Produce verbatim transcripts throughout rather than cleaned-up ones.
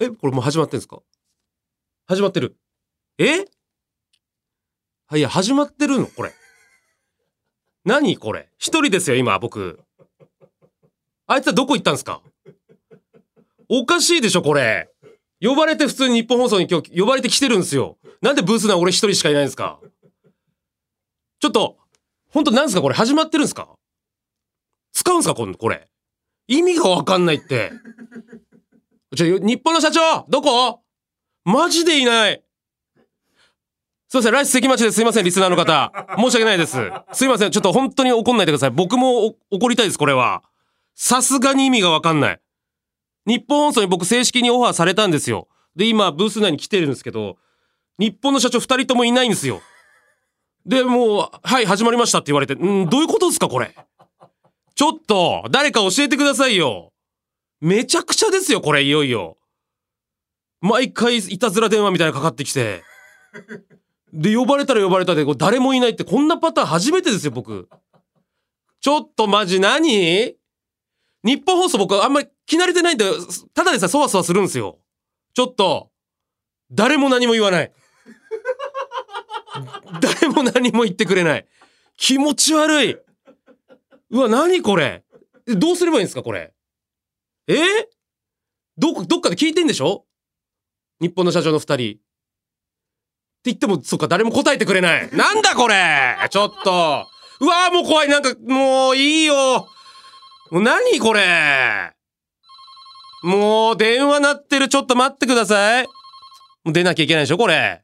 え、これもう始まってんですか？始まってる。えはい、いや、始まってるのこれ。何これ。一人ですよ、今、僕。あいつはどこ行ったんですか？おかしいでしょ、これ。呼ばれて普通に日本放送に今日呼ばれて来てるんですよ。なんでブース内俺一人しかいないんですか？ちょっと、ほんとなんですかこれ、始まってるんですか？使うんすかこれ。意味がわかんないって。ちょ、日本の社長どこ？マジでいない。すいません、ライス関町です。すいません、リスナーの方。申し訳ないです。すいません、ちょっと本当に怒んないでください。僕も怒りたいです、これは。さすがに意味がわかんない。日本放送に僕正式にオファーされたんですよ。で、今、ブース内に来てるんですけど、日本の社長二人ともいないんですよ。で、もう、はい、始まりましたって言われて、んどういうことですか、これ。ちょっと、誰か教えてくださいよ。めちゃくちゃですよ、これ、いよいよ。毎回、いたずら電話みたいなのかかってきて。で、呼ばれたら呼ばれたで、誰もいないって、こんなパターン初めてですよ、僕。ちょっとマジ何？日本放送僕あんまり気慣れてないんで、ただでさえそわそわするんですよ。ちょっと、誰も何も言わない。誰も何も言ってくれない。気持ち悪い。うわ、何これ。どうすればいいんですか、これ。えー、ど、どっかで聞いてんでしょ？日本の社長の二人。って言っても、そっか、誰も答えてくれない。なんだこれ。ちょっと。うわーもう怖い。なんか、もういいよ。もう何これ。もう電話鳴ってる。ちょっと待ってください。もう出なきゃいけないでしょ、これ。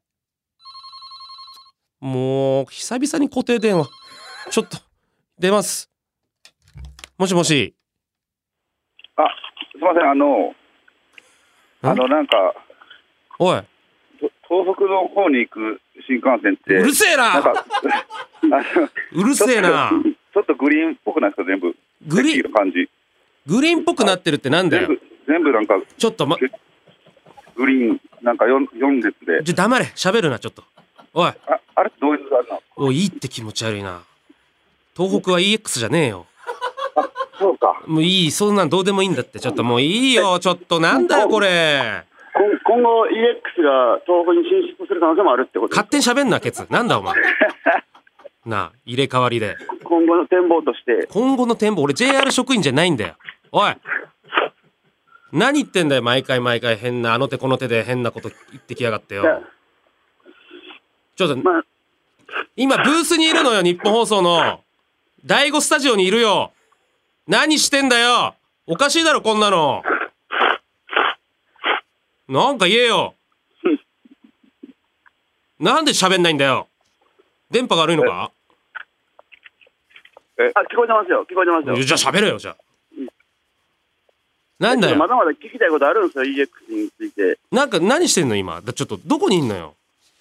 もう、久々に固定電話。ちょっと、出ます。もしもし。 あ、すいません、あの、あの、なんか、 おい。 東北の方に行く新幹線って。 うるせえな。 なんかうるせえな。 ちょっとグリーンっぽくないですか、全部。 グリーン感じ。 グリーンっぽくなってるってなんだよ。 全部、全部なんか、 ちょっとま、 グリーン、なんか 4, 4列で。 じゃ、黙れ。喋るな、ちょっと。おい。 あ、あれってどういうあれなの？ おい、いいって気持ち悪いな。東北は イーエックス じゃねえよ。 あ、そうか。 もういい、そんなんどうでもいいんだって。ちょっともういいよ、ちょっと。なんだよ、これ。 今後 イーエックス が東北に進出する可能性もあるってことですか？ 勝手に喋んな、ケツ。なんだ、お前。なあ、入れ替わりで。 今後の展望として。 今後の展望、俺 ジェイアール 職員じゃないんだよ。おい。何言ってんだよ、毎回毎回変な、あの手この手で変なこと言ってきやがってよ。ちょっと、まあ、今ブースにいるのよ、日本放送の。だいごスタジオにいるよ。何してんだよ。おかしいだろ、こんなの。なんか言えよ。なんで喋んないんだよ。電波が悪いのか？ え、あ、聞こえてますよ。聞こえてますよ。 じゃあ喋れよ、じゃあ。なんだよ。 まだまだ聞きたいことあるんですよ、イーエックス について。 なんか何してんの今。ちょっとどこにいんのよ。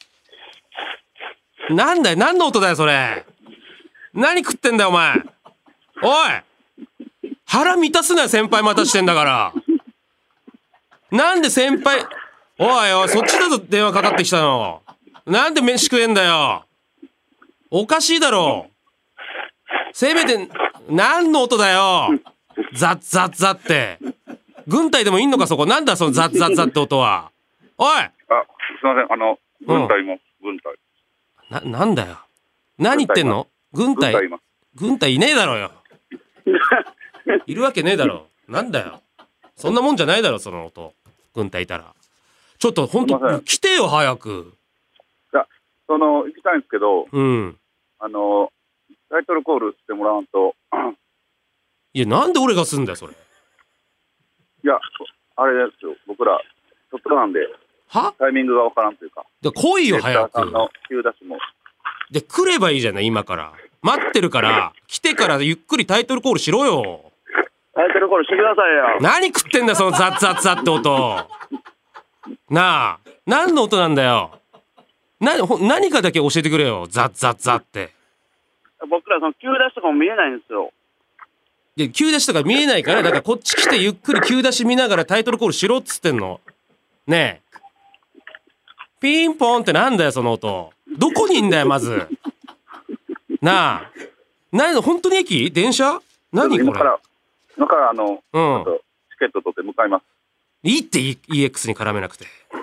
なんだよ、何の音だよ、それ。何食ってんだよ、お前。おい。腹満たすなよ、先輩またしてんだから。なんで先輩、おいおい、そっちだぞ電話かかってきたの。なんで飯食えんだよ。おかしいだろ。せめて、何の音だよ。ザッザッザッって。軍隊でもいんのかそこ。なんだそのザッザッザッって音は。おい。 あ、すいません、あの、軍隊も、うん、軍隊。 な、なんだよ。何言ってんの？軍隊。軍隊、軍隊いねえだろよ。いるわけねえだろ。なんだよ。そんなもんじゃないだろ、その音。軍隊いたら。ちょっとほんと、来てよ、早く。 いや、その、行きたいんですけど、 うん。 あの、タイトルコールしてもらわんと。 いや、なんで俺がすんだよ、それ。 いや、あれですよ、僕ら、ちょっとなんで、 はタイミングがわからんというか。 で、来いよ、早く。 の急出しも。 で、来ればいいじゃない、今から。待ってるから、来てからゆっくりタイトルコールしろよ。 タイトルコールしてくださいよ。 何食ってんだよ、そのザッザッザッって音。なあ、何の音なんだよ。な、何かだけ教えてくれよ、ザッザッザッって。 僕らその急出しとかも見えないんですよ。 いや、急出しとか見えないから、だからこっち来てゆっくり急出し見ながらタイトルコールしろっつってんの。ねえ。ピンポンってなんだよ、その音。どこにいんだよ、まず。なあ。な、本当に駅？電車？何これ？ 今から、今からあの、 うん。 チケット取って向かいます。 いいって イーエックス に絡めなくて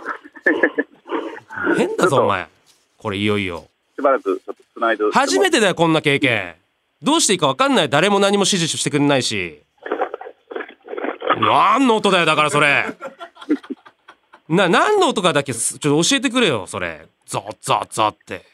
変だぞお前。これいよいよしばらくちょっとつないで。 初めてだよこんな経験。どうしていいか分かんない。誰も何も指示してくれないし。何の音だよだからそれな、何の音かだけちょっと教えてくれよそれ。ザッザッザッって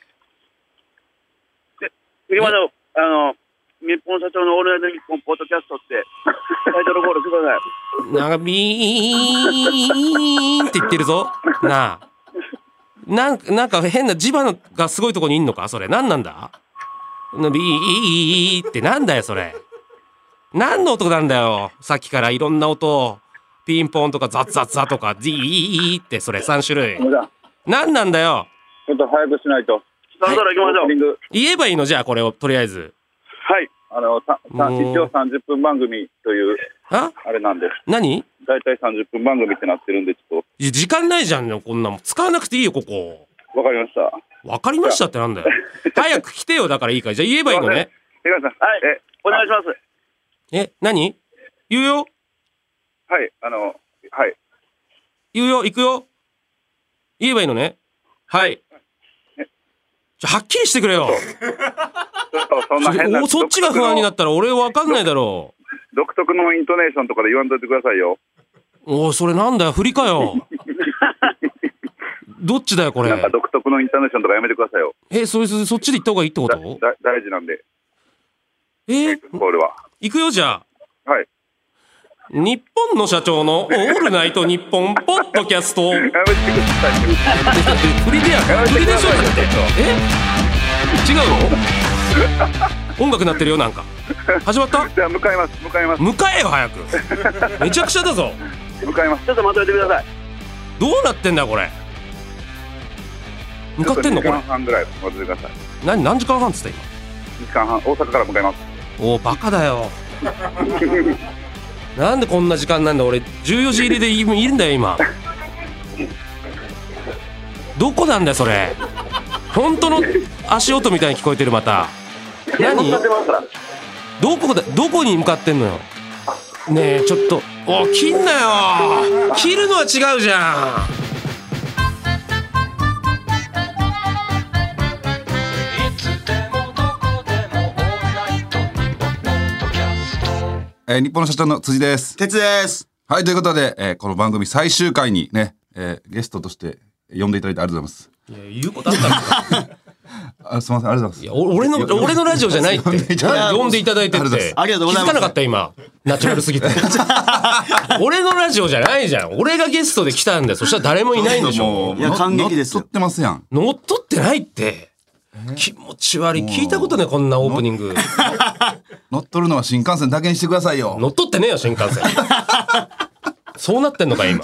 行きましょう。あの日本社長のオールナイトニッポンポッドキャストってタイトルコールしてください。 なんかビーンって言ってるぞなあ。なんか、なんか変な磁場のがすごいとこにいんのかそれ。何なんだビーってなんだよそれ。何の音なんだよ。さっきからいろんな音、ピンポンとかザッザッザとかディーってそれさん種類。何なんだよ。 ちょっと早くしないと。そろそろ行きましょう。 言えばいいのじゃあこれをとりあえず。 はい。あのささ一応さんじゅっぷん番組というああれなんです。 何？ だいたいさんじゅっぷん番組ってなってるんでちょっと。 いや時間ないじゃんねこんなもん。使わなくていいよここ。 わかりました。 わかりましたってなんだよ。早く来てよだからいいから。じゃあ言えばいいのね。 東さん、はい、えお願いします。 え何？言うよ。 はい、あのはい言うよ。行くよ。言えばいいのね。はい。じゃはっきりしてくれよ。 そんな変なおそっちが不安になったら俺わかんないだろう。 独特のイントネーションとかで言わんといてくださいよ。 おおそれなんだよ振りかよ。どっちだよこれ。 なんか独特のイントネーションとかやめてくださいよ。 えそれそっちで行った方がいいってこと？ だだ大事なんで。 えー、 これは行くよじゃあ。 はい。 日本の社長のオールナイト日本ポッドキャスト。 やめてください。 振りでややめて振りでしょくださいよだって。え違うの？音楽鳴ってるよなんか。始まった？ じゃあ向かいます向かいます向かえよ早く。めちゃくちゃだぞ。 向かいます。ちょっと待っておいてください。 どうなってんだよこれ。向かってんのこれ。 にじかんはんぐらい待ってください。 何何時間半っつった今。 にじかんはん大阪から向かいます。 おおバカだよ。なんでこんな時間なんだ俺じゅうよじ入りでいるんだよ今。どこなんだよそれ。本当の足音みたいに聞こえてるまた。何？どこだどこに向かってんのよ。ねえちょっとお切んなよ。切るのは違うじゃん。 えー、日本の社長の辻です。 鉄です。 はい、ということで、えー、この番組最終回にね、えー、ゲストとして呼んでいただいてありがとうございます。 いや言うことあったんですか。 あ、すみません、ありがとうございます。 いや俺の俺のラジオじゃないって。なんで呼んでいただいてって。 ありがとうございます。 気づかなかった今。ナチュラルすぎて。俺のラジオじゃないじゃん。俺がゲストで来たんだよ。そしたら誰もいないんでしょ。 いや感激ですよ。 乗っ取ってますやん。 乗っ取ってないって。気持ち悪い。聞いたことねこんなオープニング。 乗っ取るのは新幹線だけにしてくださいよ。 乗っ取ってねえよ新幹線。そうなってんのか今。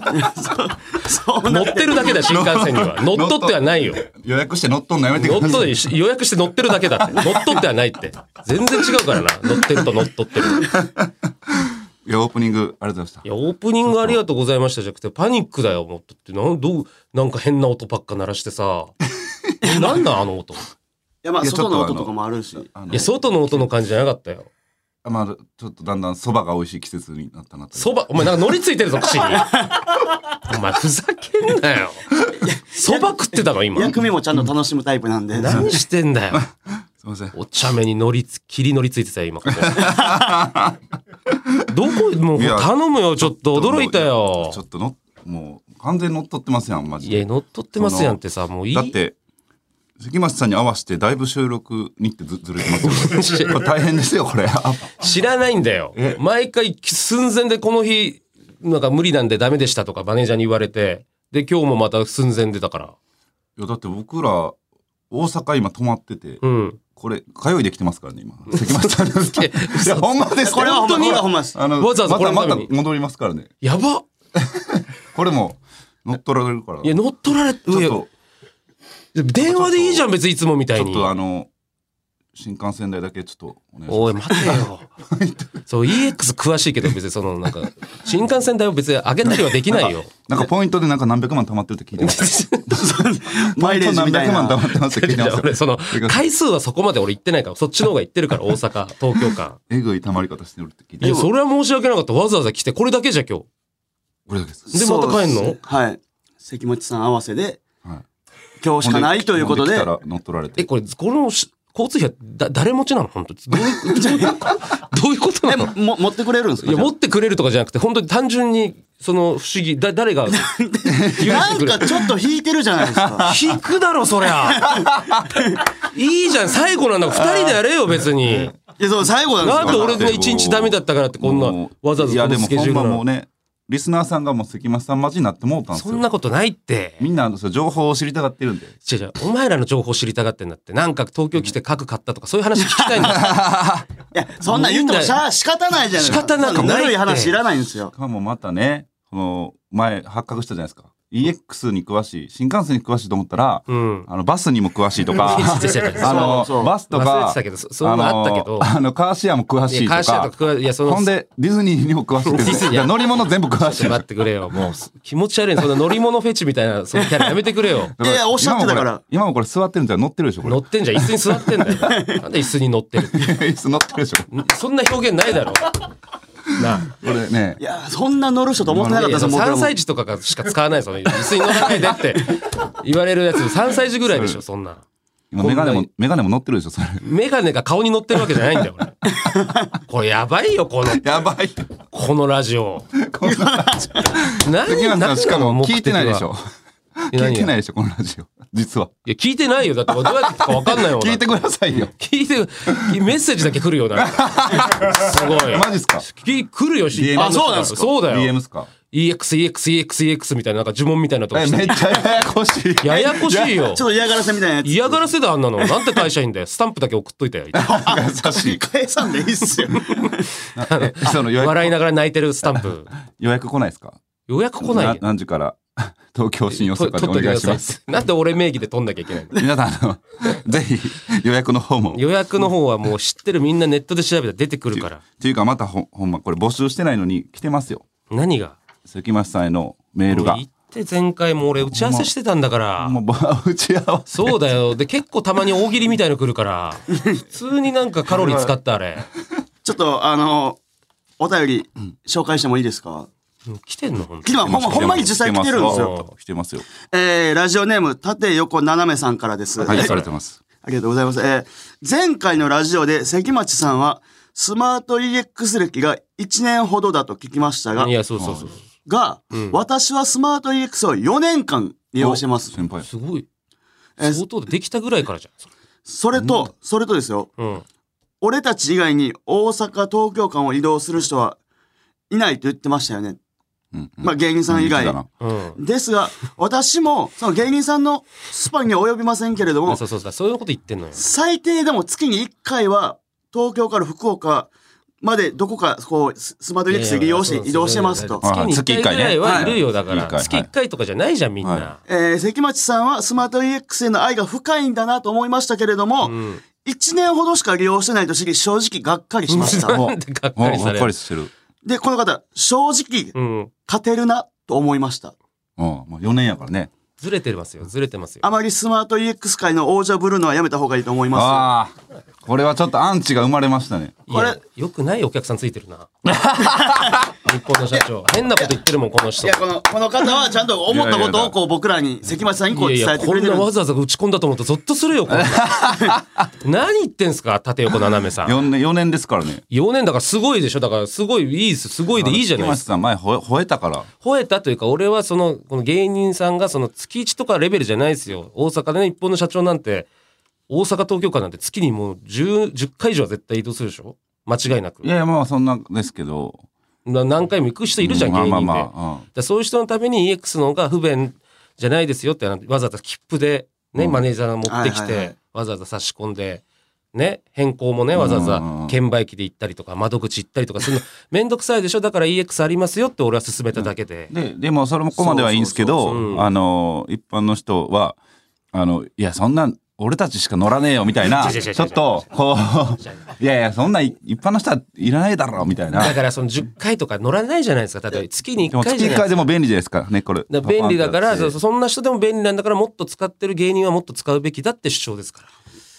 乗ってるだけだ新幹線には。乗っ取ってはないよ。 予約して乗っ取んのやめてください。 乗っ取予約して乗ってるだけだって。乗っ取ってはないって。全然違うからな。乗ってると乗っ取ってる。 いやオープニングありがとうございました。 いやオープニングありがとうございましたじゃなくてパニックだよもっとってなんどうなんか変な音ばっか鳴らしてさ。なんだあの音。いやまあいや外の音とかもあるし。 や外の音の感じじゃなかったよ。 まあちょっとだんだんそばが美味しい季節になったなと。 そばお前なんか乗りついてるぞ口に。お前ふざけんなよ。そば食ってたの今。 薬味もちゃんと楽しむタイプなんで。 何してんだよ。 すいません。 お茶目に乗りつ切り乗りついてたよ今ここ。どこもう頼むよちょっと驚いたよ。 ちょっとのもう完全に乗っ取ってますやんマジで。 いや乗っ取ってますやんってさもういい。 だって関町さんに合わせてだいぶ収録にってずずれてますよ。これ大変ですよこれ。 知らないんだよ。毎回寸前でこの日なんか無理なんでダメでしたとかマネージャーに言われてで今日もまた寸前でだから。 いやだって僕ら大阪今泊まってて、 うん、 これ通いできてますからね今関町さんです。いやほんまです。 これは本当にほんまです。 あのわざわざこれまたまた戻りますからね。 やば。 これも乗っ取られるから。 いや乗っ取られてちょっと電話でいいじゃん別にいつもみたいに。 ちょっとあの新幹線代だけちょっとお願いします。 おい待てよ。そう イーエックス 詳しいけど別にそのなんか新幹線代を別に上げたりはできないよ。 なんかポイントでなんか何百万貯まってるって聞いてます。 マイレージみたいな。 何百万貯まってますって聞いてます。 俺その回数はそこまで俺行ってないからそっちの方が行ってるから大阪東京間。 えぐい貯まり方してるって聞いて。 いやそれは申し訳なかった。わざわざ来てこれだけじゃ今日。 これだけですでまた帰んの？ はい。関町さん合わせで、 はい今日しかないということで。 ほん来たら乗っ取られてえこれこのし交通費はだ誰持ちなの本当にどういうどういうどういうことなえ、 の？ も、持ってくれるんですか？ いや持ってくれるとかじゃなくて本当に単純にその不思議だ誰が許してなんくれる？ かちょっと引いてるじゃないですか。 引くだろそりゃ。いいじゃん最後なんだからふたりでやれよ別に。 いや、そう、最後なんですよ。 なんで俺が一日ダメだったからってこんなもうわざわざこのいやでもほんスケジュールなの？ まもうねリスナーさんがもう関町さん待ちになってもうたんですよ。 そんなことないって。 みんなそう情報を知りたがってるんで。 違う違うお前らの情報知りたがってんだって。なんか東京来て核買ったとかそういう話聞きたいんだ。 いや、そんなん言ってもしゃ仕方ないじゃないですか。 仕方なくないってそんぬるい話いらないんですよ。 しかもまたねこの前発覚したじゃないですか。イーエックス に詳しい新幹線に詳しいと思ったら、 うん。 あのバスにも詳しいとか違う違う違うあのそうそうバスと忘れかてたけどそそういうのあったけどあのあのカーシェアも詳しいといや会社かとかいやそのほんでディズニーにも詳しいディズニーいや乗り物全部詳しい。 ちょっと待ってくれよもう気持ち悪いそんな乗り物フェチみたいなそのキャラやめてくれよ。 いやいやおっしゃってたから今もこれ今もこれ座ってるんじゃ乗ってるでしょこれ。 乗ってんじゃん椅子に座ってんだよ。なんで椅子に乗ってる？ 椅子乗ってるでしょそんな表現ないだろ。なあ。 これねいや、そんな乗る人と思ってなかったですよ、僕らさんも。 さい児とかがしか使わないその椅子に乗らないでって言われるやつさんさい児ぐらいでしょそんな。 今メガネもメガネも乗ってるでしょそれ。 メガネが顔に乗ってるわけじゃないんだよ俺。これやばいよこのやばい。 このラジオ。何関町さんしかも聞いてないでしょ。聞いてないいでしょこのラジオ実は。 や聞いてないよだってどうやって聞くか分かんないよ。 聞いてくださいよ。 聞いてメッセージだけ来るよな。すごい。 マジっすか。 き来るよし。 ディーエムあそうなんですか。そうだよ。 ディーエム っすか。 イーエックス イーエックス イーエックス イーエックス みたいななんか呪文みたいなとこえしてめっちゃややこしい。 ややこしいよ。 ちょっと嫌がらせみたいなやつ。 嫌がらせだあんなの。なんて会社員だよ。スタンプだけ送っといたよ。 優しい。 返さんでいいっすよ。 えその予約笑いながら泣いてるスタンプ。 予約来ないですか。 予約来ない。 何時から東京新大阪でお願いします。 なんで俺名義で取んなきゃいけないの。 皆さんあのぜひ予約の方も。 予約の方はもう知ってるみんなネットで調べたら出てくるから。 っていうかまたほほんまこれ募集してないのに来てますよ。 何が。 関町さんへのメールが。 言って前回も俺打ち合わせしてたんだから。 もう打ち合わせ。 そうだよ。で結構たまに大喜利みたいの来るから普通になんかカロリー使ったあれ。 ちょっと、あの、お便り紹介してもいいですか？ うん来てんの本当来てます。ほんま、ほんまに実際来てるんですよ。 来てますよ。 えー、ラジオネーム、縦横斜めさんからです。 はい、されてます。 ありがとうございます。えー、前回のラジオで関町さんは、スマート イーエックス 歴がいちねんほどだと聞きましたが、 いやそうそうそう。 が、 うん私はスマート イーエックス をよねんかん利用してます。 先輩。 すごい。 えー相当できたぐらいからじそれと、それとですよ、 ゃん。うん。 俺たち以外に大阪、東京間を移動する人はいないと言ってましたよね。 うんうんまあ芸人さん以外だなうん。 ですが、私も、その芸人さんのスパンには及びませんけれども、 そうそうそうそういうこと言ってんのよ。 最低でも月にいっかいは、東京から福岡までどこか、こう、ススマート イーエックス で利用して移動してますと。 月にいっかいぐらいはいるよだから。 月一回ね月いっかいとかじゃないじゃんみんはな。 えー、関町さんはスマート イーエックス への愛が深いんだなと思いましたけれども、 うん。 いちねんほどしか利用してないと知り、正直がっかりしました。 なんでがっかりもうがっされる。 かりしてる。 で、この方、正直、 うん。 勝てるなと思いました。 うん、もうよねんやからね。 ずれてますよ。ずれてますよ。 あまりスマート イーエックス 界の王者ぶるのはやめた方がいいと思いまああ、これはちょっとアンチが生まれましたね。 いやこれよくないお客さんついてるな。日本の社長変なこと言ってるもんこのす。 人。 いや、この、この方はちゃんと思ったことをこう僕らに、関町さんにこういやいや伝えてくこんなれてるんです。 わざわざ打ち込んだと思うとゾッとするよこんな何言ってんすか縦横斜めさん。 よねん、よねんですからね。 よねんだからすごいでしょ。だからすごいいいですすごいでいいじゃないですか。 関町さん前ほえ吠えたから。 吠えたというか俺はそのこの芸人さんがその月いちとかレベルじゃないですよ。大阪でね日本の社長なんて大阪東京間なんて月にもう 10, 10回以上は絶対移動するでしょ間違いなく。 いやいやまあそんなですけど。 な何回も行く人いるじゃん、 うん芸人で、 まあまあまあうんだからそういう人のために イーエックス の方が不便じゃないですよってわざわざ切符で、ねうんマネージャーが持ってきて、 はいはいはいわざわざ差し込んで、ね、変更もねわざわざ券売機で行ったりとか窓口行ったりとかするのめんどくさいでしょ。だから イーエックス ありますよって俺は勧めただけで、 ででもそれもここまではいいんですけそうそうそうど、あの一般の人はあのいやそんな俺たちしか乗らねえよみたいな違う違う違う違うちょっとこういやいやそんな一般の人はいらないだろみたいな。 だからそのじゅっかいとか乗らないじゃないですか。例えば月にいっでもかいじゃないですか。 月いっかいでも便利じゃないですかねこれ。 だから便利だからパパンってやってそそんな人でも便利なんだからもっと使ってる芸人はもっと使うべきだって主張ですから。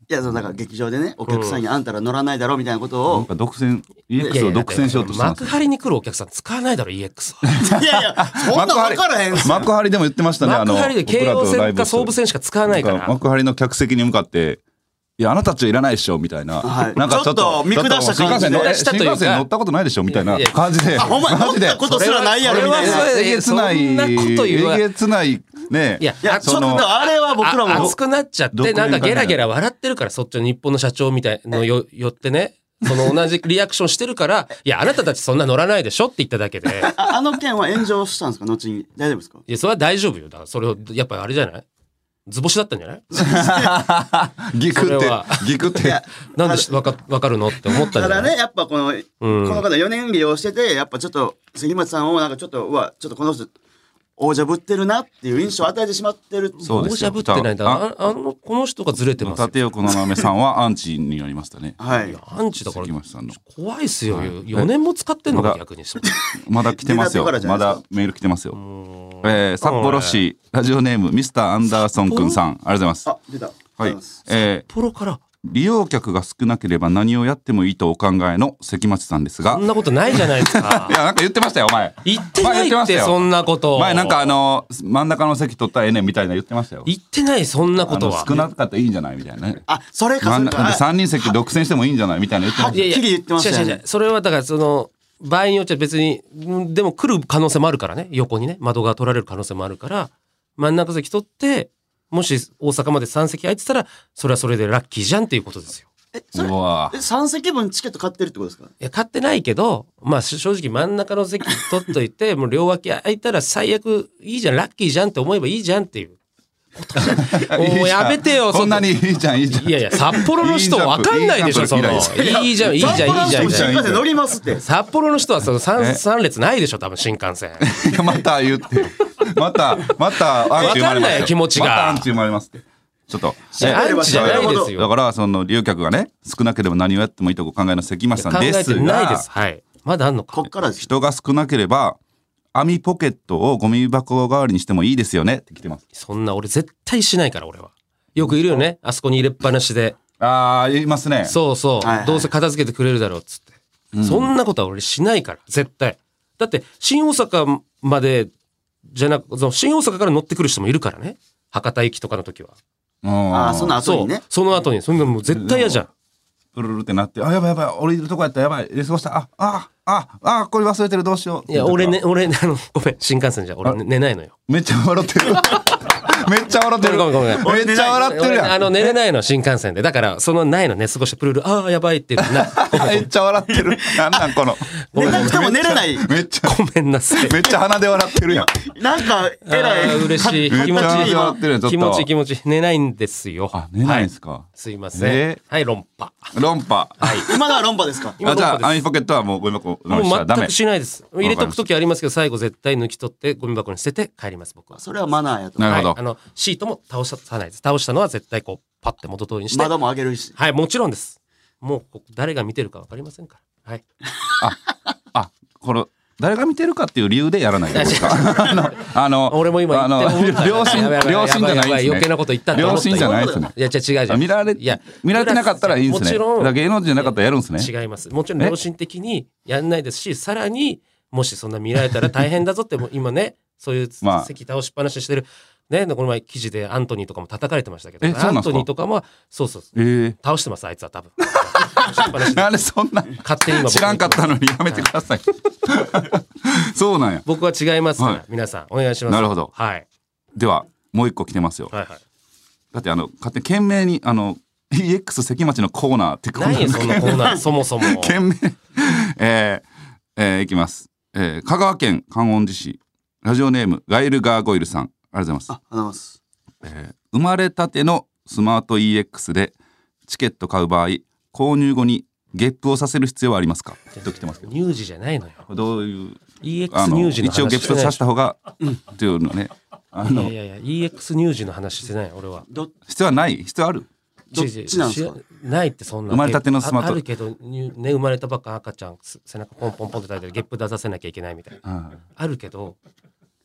いや、そのだから劇場でね、お客さんにあんたら乗らないだろみたいなことを。 なんか独占、イーエックス を独占しようとしてます。 幕張に来るお客さん使わないだろ イーエックス。 いやいや、そんな分からへんすよ。 幕張でも言ってましたね。あの幕張で京王線か総武線しか使わないから。 幕張の客席に向かって、いや、あなたたちはいらないでしょみたいな。 はいなんかちょっと、 ちょっと見下した感じで新幹線の新幹線乗ったことないでしょみたいな感じで。 あ、お前乗ったことすらないやろみたいな。 えげつない、 そんなこと言わえげつない、ね。 いや、 いや、ちょっとあれは僕らも。 熱くなっちゃって、なんかゲラゲラ笑ってるから、そっちの日本の社長みたいのよ、よってね。その同じリアクションしてるから、いや、あなたたちそんな乗らないでしょって言っただけで。 あ, あの件は炎上したんですか後に。大丈夫ですか？ いや、それは大丈夫よ。だからそれを、やっぱりあれじゃない図星だったんじゃないギクって、ギクって。 なんでわか、わかるのって思ったんじゃないただね、やっぱこの、うん、この方よねん利用してて、やっぱちょっと、関町さんをなんかちょっと、うわ、ちょっとこの人、王者ぶってるなっていう印象を与えてしまってる。 そうですよ。 王者ぶってないんだ。あ、あの、この人がずれてますよ。 立横のなめさんはアンチになりましたね。 はい。 アンチだから、 関町さんの怖いっすよ。よねんも使ってんのか、逆に。 まだ来てますよ。まだメール来てますよ。えー、札幌市ラジオネームミスターアンダーソンくんさん、ありがとうございます。 あ、出た。 はい。えー、札幌から利用客が少なければ何をやってもいいとお考えの関町さんですが、 そんなことないじゃないですか。 いや、なんか言ってましたよ、お前。 言ってないって、そんなこと。 前なんかあの真ん中の席取ったらええねんみたいな言ってましたよ。 言ってない、そんなことは。 少なかったらいいんじゃないみたいなね。 あ、それかそれか。 さんにん席独占してもいいんじゃないみたいな言ってました。 はっきり言ってましたよね。 それはだからその場合によっちゃ別にでも来る可能性もあるからね、横にね窓が取られる可能性もあるから真ん中席取って、もし大阪までさん席空いてたらそれはそれでラッキーじゃんっていうことですよ。 え、それえさん席分チケット買ってるってことですか？ いや買ってないけど、まあ正直真ん中の席取っといてもう両脇空いたら最悪いいじゃん、ラッキーじゃんって思えばいいじゃんっていう。もうやめてよ。 そんなにいいじゃんいいじゃん。 いやいや札幌の人わかんないでしょ。そのいいじゃんいいじゃんいいじゃんいいじゃん。 新幹線乗りますって。 札幌の人はその三三列ないでしょ多分新幹線。 また言ってまたまたアンチ生まれますよ。気持ちが。 またアンチ生まれますって。ちょっとアンチじゃないですよ。 だからその利用客がね少なければ何をやってもいいと考えの関町さんですが、 考えてないです。はい。まだあんのか。 こっからです。 人が少なければ網ポケットをゴミ箱代わりにしてもいいですよねって来てます。 そんな俺絶対しないから。俺はよくいるよね、あそこに入れっぱなしで。 ああ言いますね。 そうそう、 はいはい、 どうせ片付けてくれるだろうっつって、うん、そんなことは俺しないから絶対。だって新大阪までじゃなく、その新大阪から乗ってくる人もいるからね、博多行きとかの時は。 ああその後にね。 そうその後にそんなもう絶対嫌じゃん。 プルルってなって、あやばいやばい降りるとこやったらやばい入れ過ごした、ああああこれ忘れてるどうしよう。 いや俺ね俺あのごめん新幹線じゃ俺寝ないのよ。 めっちゃ笑ってるめっちゃ笑ってる。 ごめんごめんごめん。 めっちゃ笑ってるやん。 あの寝れないの新幹線で、だからそのないの寝過ごしてプルルああやばいっていうな。 めっちゃ笑ってる。なんなんこの。 寝なくても寝れない。 めっちゃごめんなさい。 めっちゃ鼻で笑ってるやん。 なんかえらい嬉しい気持ちいい気持ちいい気持ちいい。寝ないんですよ。 あ寝ないんですか。 はい、すいません。えー、はい論破。 論破。 はい。 今のは論破ですか。 あじゃあ網ポケットはもうゴミ箱の下ダメ。 もう全くしないです。入れとくときありますけど最後絶対抜き取ってゴミ箱に捨てて帰ります僕は。 それはマナーやと。 なるほど。 はい、あのシートも倒さないです。倒したのは絶対こうパッて元通りにして。 窓も上げるし。 はいもちろんです。もうこ誰が見てるかわかりませんから。はい。 ああこの誰が見てるかっていう理由でやらないですか。あのあの俺も今言って思った良心良心じゃないですね。 余計なこと言ったって思った。 良心じゃないですね。 いや違う違う違う。 見られいや見られてなかったらいいんですね。 もちろん芸能人じゃなかったらやるんですね。 違います。もちろん良心的にやんないですし、さらにもしそんな見られたら大変だぞっても今ねそういう席倒しっぱなししてる。ね、この前記事でアントニーとかも叩かれてましたけど、アントニーとかもそうそう、えー、倒してますあいつは多分。 なんでそんな勝手に今知らんかったのにやめてください。そうなんや。 僕は違いますから、はい、皆さんお願いします。 なるほど。 はい。 ではもう一個来てますよ。 はいはい。 だってあの勝手に懸命にあの イーエックス 関町のコーナーってコーナー。 何そんなコーナーそもそも。 懸命えー、えー、いきます。えー、香川県観音寺市ラジオネームガイルガーゴイルさん。ありがとうございます。 あ、ありがとうございます。 えー、生まれたてのスマート イーエックス でチケット買う場合購入後にゲップをさせる必要はありますかと来てますけど。 乳児じゃないのよ。 どういうイーエックス 乳児の話一応ゲップさせた方がっていうのね。 あのいやいやいや イーエックス 乳児の話してない俺は。 必要はない必要ある。 どっちなんですか。 ないってそんな生まれたてのスマートあ, あるけどね生まれたばっか赤ちゃん背中ポンポンポンって叩いてゲップ出させなきゃいけないみたいな、うん、あるけど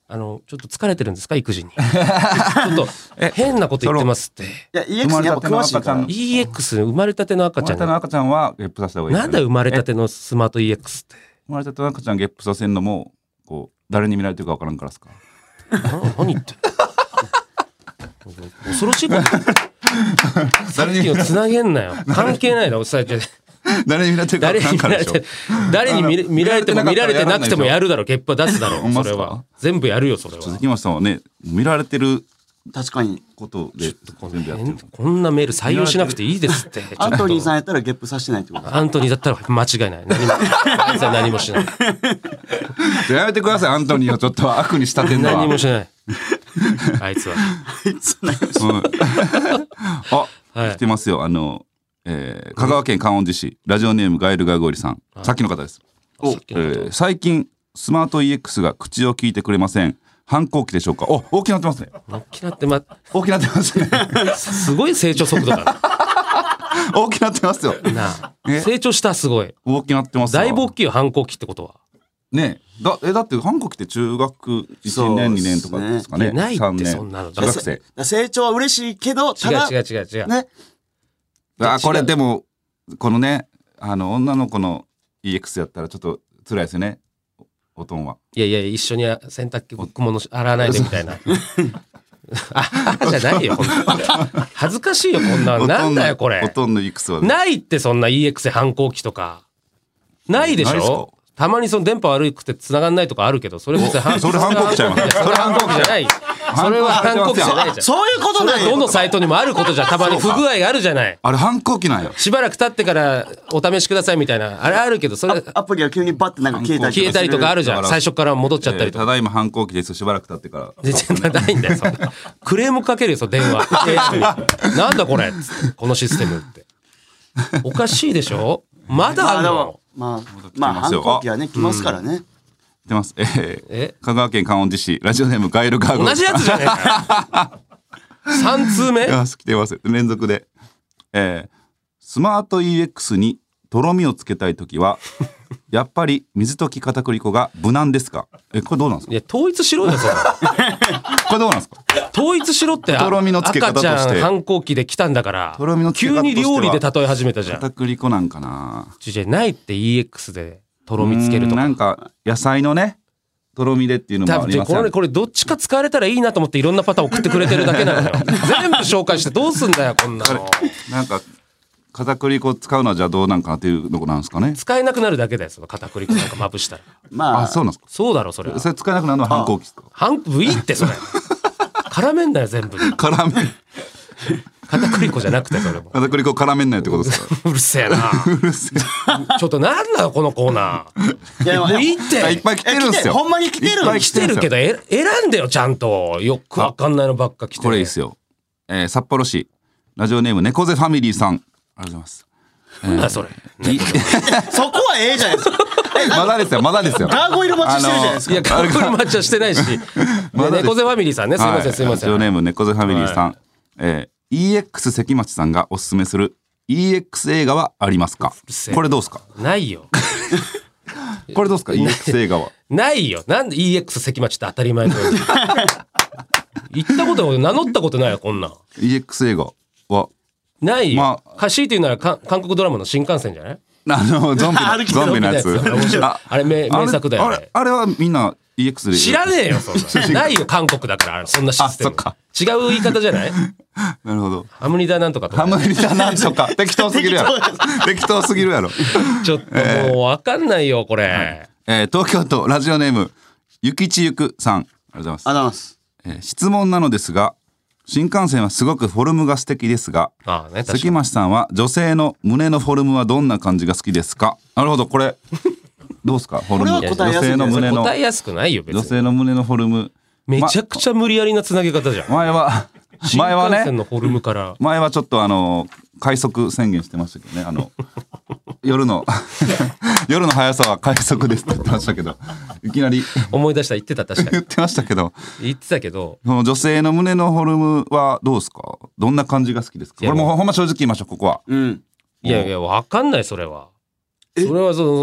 あのちょっと疲れてるんですか育児にちょっと変なこと言ってますって。 いや イーエックス にやっぱ詳しいから。 イーエックス 生まれたての赤ちゃん。 生まれたての赤ちゃんはゲップさせた方がいい。 なんだ生まれたてのスマート イーエックス って。 生まれたての赤ちゃんゲップさせるのもこう誰に見られてるか分からんからですか。 何言ってんの恐ろしいことさっきのつなげんなよ。関係ないなお伝えて誰に見られてるか分からんからでしょ。 誰に見見られても見られてなくてもやるだろ。ゲップは出すだろ。それは全部やるよ。それは関町さんはね見られてる確かにことで全部やってる。 こんなメール採用しなくていいですってアントニーさんやったらゲップさせてないってこと。 アントニーだったら間違いない。何もあいつは何もしないやめてください。アントニーをちょっと悪に仕立てんのは。 何もしないあいつはあいつ何もしないあ、はい、来てますよ。あの、えー、香川県観音寺市ラジオネームガエルガイゴリさん、さっきの方です。お、えー、最近スマート イーエックス が口を聞いてくれません。反抗期でしょうか。お、大きなってますね。 大きなってま大きなってますねすごい成長速度だな大きなってますよなあ。成長したすごい大きなってます。 だいぶ大きいよ反抗期ってことはねえ。だえだって反抗期って中学いちねんにねんとかですかね。 ないってそんなの。 中学生成長は嬉しいけどただ違う違う違う違うね。 あこれでもこのねあの女の子の イーエックス やったらちょっと辛いですよね。おとんは。 いやいや一緒に洗濯機物洗わないでみたいなあじゃないよ恥ずかしいよこんななんだよこれ。 おとんの イーエックス は、ね、 ないってそんな イーエックス で反抗期とかないでしょ。たまにその電波悪くて繋がんないとかあるけどそれ別に反それ反抗期ちゃいます。 それ反抗期じゃない。それは反抗期じゃないじゃん。 そういうことだよ。 どのサイトにもあることじゃん。たまに不具合があるじゃない。 あれ反抗期なんよ。 しばらく経ってからお試しくださいみたいなあれあるけどそれアプリが急にバッてなんか消えたりとか消えたりとかあるじゃん。最初から戻っちゃったりとか、 えー、ただいま反抗期ですしばらく経ってから全然ないんだよそんなクレームかけるよその電話なんだこれこのシステムっておかしいでしょ。まだあるの。 まあまあ反抗期はね来ますからね。 来てます。えー、え香川県観音寺市ラジオネームガエルガーゴ。 同じやつじゃねえかさん通目。 来てます連続で、えー、スマート イーエックス にとろみをつけたいときはやっぱり水溶き片栗粉が無難ですか。えこれどうなんですか。 いや統一しろよそれこれどうなんですか。 統一しろってとろみのつけ方として赤ちゃん反抗期で来たんだからとろみのつけ方としては急に料理で例え始めたじゃん。 片栗粉なんかな。 じゃないって イーエックス でとろみつけるとかなんか野菜のねとろみでっていうのもありますよね。 これこれどっちか使われたらいいなと思っていろんなパターン送ってくれてるだけなのよ全部紹介してどうすんだよこんなの。 なんか片栗粉使うのはじゃあどうなんかなっていうとこなんですかね。 使えなくなるだけだよその片栗粉なんかまぶしたらまあ、 あそうなんですか。 そうだろそれは。 それ使えなくなるのは反抗期ですか。 反抗いいってそれ絡めんなよ全部絡め片栗粉じゃなくてそれも片栗粉絡めんなよってことですかうるせえなうるせえちょっとなんなのこのコーナー。いやもういいっていっぱい来てるんですよ。 ほんまに来てる来てるけどえ選んでよちゃんと。よくわかんないのばっか来てる。 これいいですよ、えー、札幌市ラジオネーム猫背ファミリーさんありがとうございます。 なんだそれ、 ね、そこはええじゃないですかまだですよまだですよ。 ガーゴイル待ちしてるじゃないですか。 いやガーゴイル待ちはしてないし猫背ファミリーさんねすいませんすいません。 ラジオネーム猫背ファミリーさん、はい、えー、イーエックス 関町さんがおすすめする イーエックス 映画はありますか。これどうですか。 ないよこれどうですか イーエックス 映画はないよ。なんで イーエックス 関町って当たり前のように言ったこと名乗ったことないよこんなん。 イーエックス 映画はないよ、まあ、かしいというならか韓国ドラマの新幹線じゃない。 あのゾンビゾンビのやつあ, あれ 名, 名作だよね。 あれあれはみんな イーエックス で知らねえよそんなないよ韓国だからそんなシステム。違う言い方じゃない。 なるほど。 ハムニダなんとかとか、 ね、ハムニダなんとか適当すぎるやろ適当すぎるやろちょっともう分かんないよこれ、はいえー、東京都ラジオネームゆきちゆくさんありがとうございます。 ありがとうございます、 えー、質問なのですが新幹線はすごくフォルムが素敵ですが、ああね、関町さんは女性の胸のフォルムはどんな感じが好きですか。なるほどこれどうですかフォルム。女性の胸の答えやすくないよ別に。 女性の胸のフォルムめちゃくちゃ無理やりなつなげ方じゃん。 前は前はね新幹線のフォルムから前はちょっとあの快速宣言してましたけどね。あの夜の夜の速さは快速ですって言ってましたけどいきなり思い出した言ってた確かに言ってましたけど言ってたけどその女性の胸のフォルムはどうですか。どんな感じが好きですか。これもほんま正直言いましょうここは、 うん、 いやいや分かんないそれは。それはその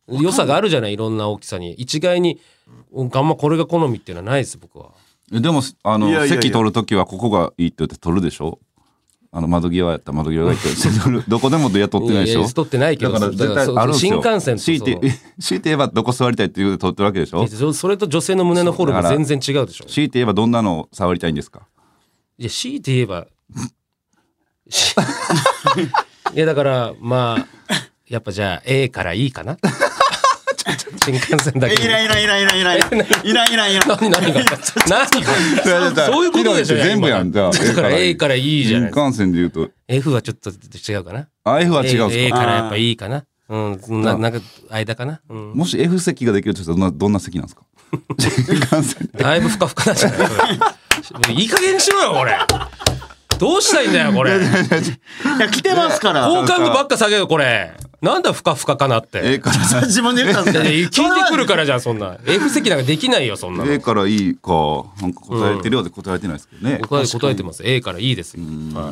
良さがあるじゃない、いろんな大きさに。一概にあんまこれが好みっていうのはないです僕は。 でもあのいやいやいや席取るときはここがいいって言って取るでしょ。あの窓際やったら窓際がいいってどこでもや取ってないでしょ。 いやいや取ってないけど、 だから絶対あるんですよ。 新幹線と強いて強いて言えばどこ座りたいっていうので取ってるわけでしょ。 そそれと女性の胸のフォルム全然違うでしょ。 強いて言えばどんなのを触りたいんですか。 いや強いて言えばいやだからまあやっぱじゃあ A から E かな新幹線だけいらんいらんいらんいらんいらんいらんいらんいらんいらん何何が何がそういうことでしょ。 全部やん。じゃあだから A から E じゃない。 新幹線で言うと F はちょっと違うかな。 あ F は違うんですか。 A, A からやっぱ E かな。うんななんか間かな、うん、 もし F 席ができるとしたらどんなどんな席なんですか。新幹線だいぶふかふかなんじゃないこれいい加減にしろよこれ。どうしたいんだよこれ。いや来てますから。 好感度ばっか下げよこれ。なんだふかふかかなって。 A から自分で言ったんですか。 聞いてくるからじゃんそんな。F 席なんかできないよそんなの。 A から E かなんか答えてるようで答えてないですけどね。 答え答えてます。 A から E ですよ。はい。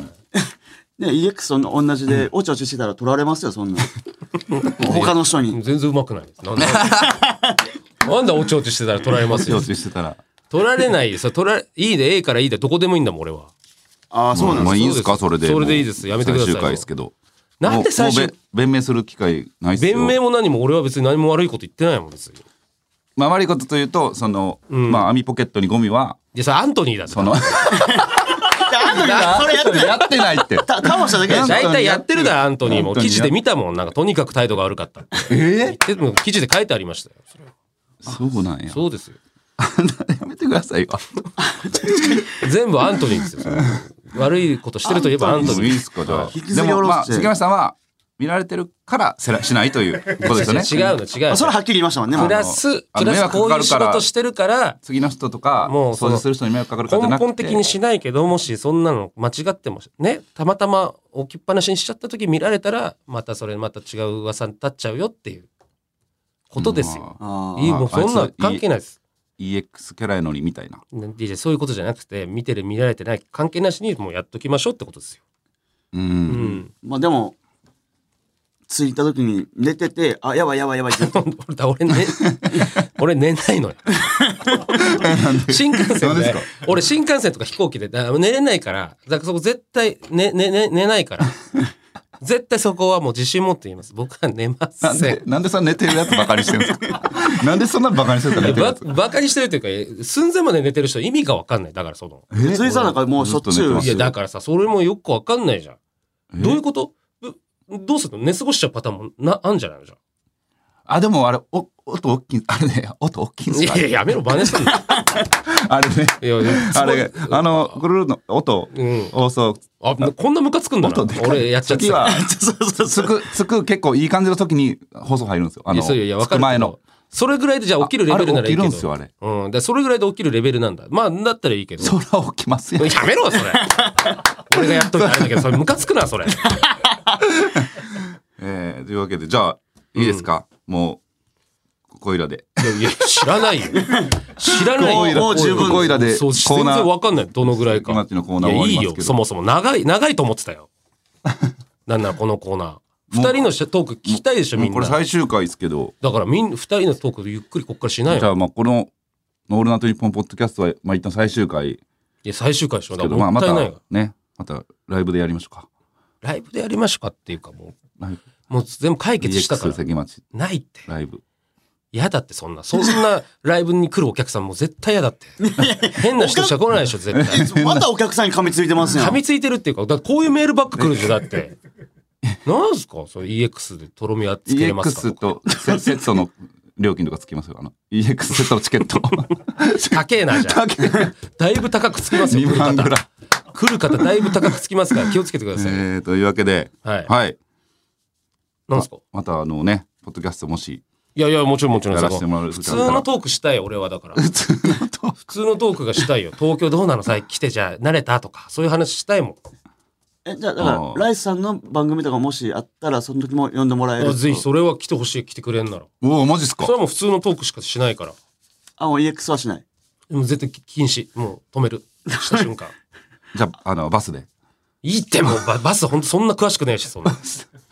ね イーエックス と同じでおちおちしてたら取られますよそんな。他の人に。 全然うまくないです。なんだなんだおちおちしてたら取られますよ。 おちおちしてたら取られないよ。それ取られ E で A から E でどこでもいいんだもん俺は。 ああそうなんです。 まあいいんですかそれで。 それでいいです。やめてください。 最終回ですけど。 なんで最終弁明する機会ないっすよ。 弁明も何も俺は別に何も悪いこと言ってないもんですよ。 まあ悪いことというとその、うん、まあ網ポケットにゴミはいやそれアントニーだって。 そのそれやってやってないって。 倒しただけでしょ。 大体やってるだアントニーも記事で見たもん。なんかとにかく態度が悪かった。 ええ？でも記事で書いてありましたよ。それそうなんや。 そうですよ。 やめてくださいよ。 全部アントニーですよ。悪いことしてるといえばアントニー。 いいですかじゃあ。でもまあ関町さんは見られてるからしないということですよね。 違うの違うの。 それはっきり言いましたもんね。 プラスプラスこういう仕事してるから次の人とかもう掃除する人に迷惑かかるからじゃなくて根本的にしないけどもしそんなの間違ってもねたまたま置きっぱなしにしちゃった時見られたらまたそれまた違う噂に立っちゃうよっていうことですよ。いいもうそんな関係ないです。 イーエックス キャラやのにみたいな。 そういうことじゃなくて見てる見られてない関係なしにもうやっときましょうってことですよ。 うん、うん、 まあでも着いた時に寝ててあやばいやばいやばいって俺ね俺寝ないのよ新幹線で俺新幹線とか飛行機で寝れないからだからそこ絶対寝寝寝寝ないから絶対そこはもう自信持って言います。僕は寝ません。 なんでなんでそんな寝てるやつバカにしてるんですかなんでそんなバカにしてるんですか。寝てるやつバカにしてるというか寸前まで寝てる人意味が分かんない。だからそのついさんなんかもうしょっちゅう。 いやだからさそれもよく分かんないじゃん。どういうこと？どうするの？寝過ごしちゃうパターンもなあんじゃないのじゃん。 あでもあれお音大きいあれね音大きいんすよ。 いややめろバネすんのあれねいやあれあのグルーの音をそうあこんなムカつくんだな。俺やっちゃってた。 つくつく結構いい感じの時に放送入るんですよ。あのつく前のそれぐらいでじゃあ起きるレベルならいいけど。 起きるんですよあれ。 うんでそれぐらいで起きるレベルなんだ。まあだったらいいけど。 それは起きますよ。 やめろそれ。俺がやっといてあれだけどそれムカつくなそれ。 えー、というわけでじゃあいいですか、うん、もうここいらでいやいや知らないよ知らないよもう十分ここいらでそう全然わかんないどのぐらいか。 のコーナーいやいいよそもそも長い長いと思ってたよなんならこのコーナー二人のトーク聞きたいでしょみんな。 これ最終回ですけどだからみん二人のトークでゆっくりこっからしないよ。 じゃあまあこのオールナイトニッポンポッドキャストはまあ一旦最終回。 いや最終回でしょ。だからもったいないがねまたライブでやりましょうか。 ライブでやりましょうかっていうかもうもう全部解決したからないってライブ嫌だってそんなそんなライブに来るお客さんも絶対嫌だって変な人しか来ないでしょ絶対またお客さんに噛みついてますよ。 噛みついてるっていうかだこういうメールバック来るじゃんだってなんすかそれ イーエックス でとろみはつけれますか。 イーエックス とセットの料金とかつきますよ。あの イーエックス セットのチケット高えなじゃあだいぶ高くつきますよ。 にまんぐらい来る方だいぶ高くつきますから気をつけてください。 えー、というわけではい、 はい、 なんすかま, またあのねポッドキャストもしいやいやもちろんもちろんやらせてもらう普通のトークしたい俺はだから普通のトークがしたいよ。東京どうなのさ来てじゃあ慣れたとかそういう話したいもん。 えじゃあだからライスさんの番組とかもしあったらその時も呼んでもらえると。 ぜひそれは来てほしい来てくれんなら。 おおマジっすか。 それはもう普通のトークしかしないから。 あもう イーエックス はしない。 でも絶対禁止もう止めるした瞬間じゃああのバスでいいってもうバスほんとそんな詳しくないしそんな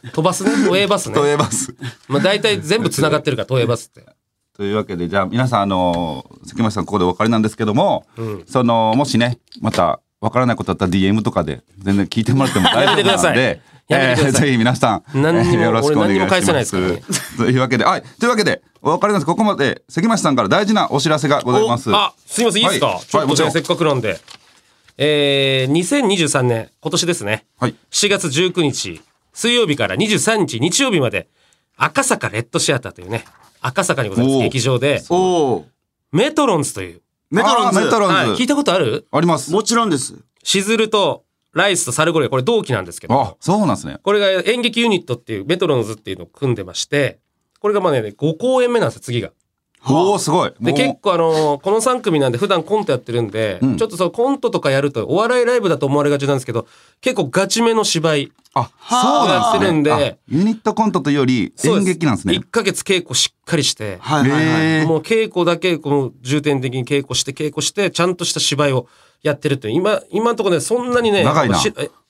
飛ばすね。都営バスね。 都営バス。 まあ大体全部繋がってるから、都営バスって。 というわけで、じゃあ皆さん、あのー、関町さんここでお別れなんですけども、うん、その、もしね、またわからないことだったら ディーエム とかで全然聞いてもらっても大丈夫なので、えー、ぜひ皆さん、 何にも、 よろしくお願いします。 俺何にも返せないですからね。 というわけで、はい。というわけで、お別れなんです。ここまで、関町さんから大事なお知らせがございます。 あ、すいません、いいですか、はい、ちょっとね、せっかくなんで。えー、にせんにじゅうさんねん、今年ですね。はい。しがつじゅうくにち、水曜日からにじゅうさんにち、日曜日まで、赤坂レッドシアターというね、赤坂にございます劇場で、メトロンズという。 メトロンズ。 メトロンズ、はい。 聞いたことある？ あります。 もちろんです。 しずると、ライスとサルゴリラ、これ同期なんですけど。 あ、そうなんですね。 これが演劇ユニットっていうメトロンズっていうのを組んでまして、これがまあね、ごこうえんめなんですよ、次が。 おー、すごい。 で、結構あのー、このさんくみなんで普段コントやってるんで、うん、ちょっとそのコントとかやるとお笑いライブだと思われがちなんですけど、結構ガチめの芝居。 あ、そうやってるんで。 ユニットコントというより演劇なんですね。 いっかげつ稽古しっかりして、 はいはいはい、 もう稽古だけこの重点的に稽古して稽古して、ちゃんとした芝居をやってるっていう。今、今のところね、そんなにね、 長いな。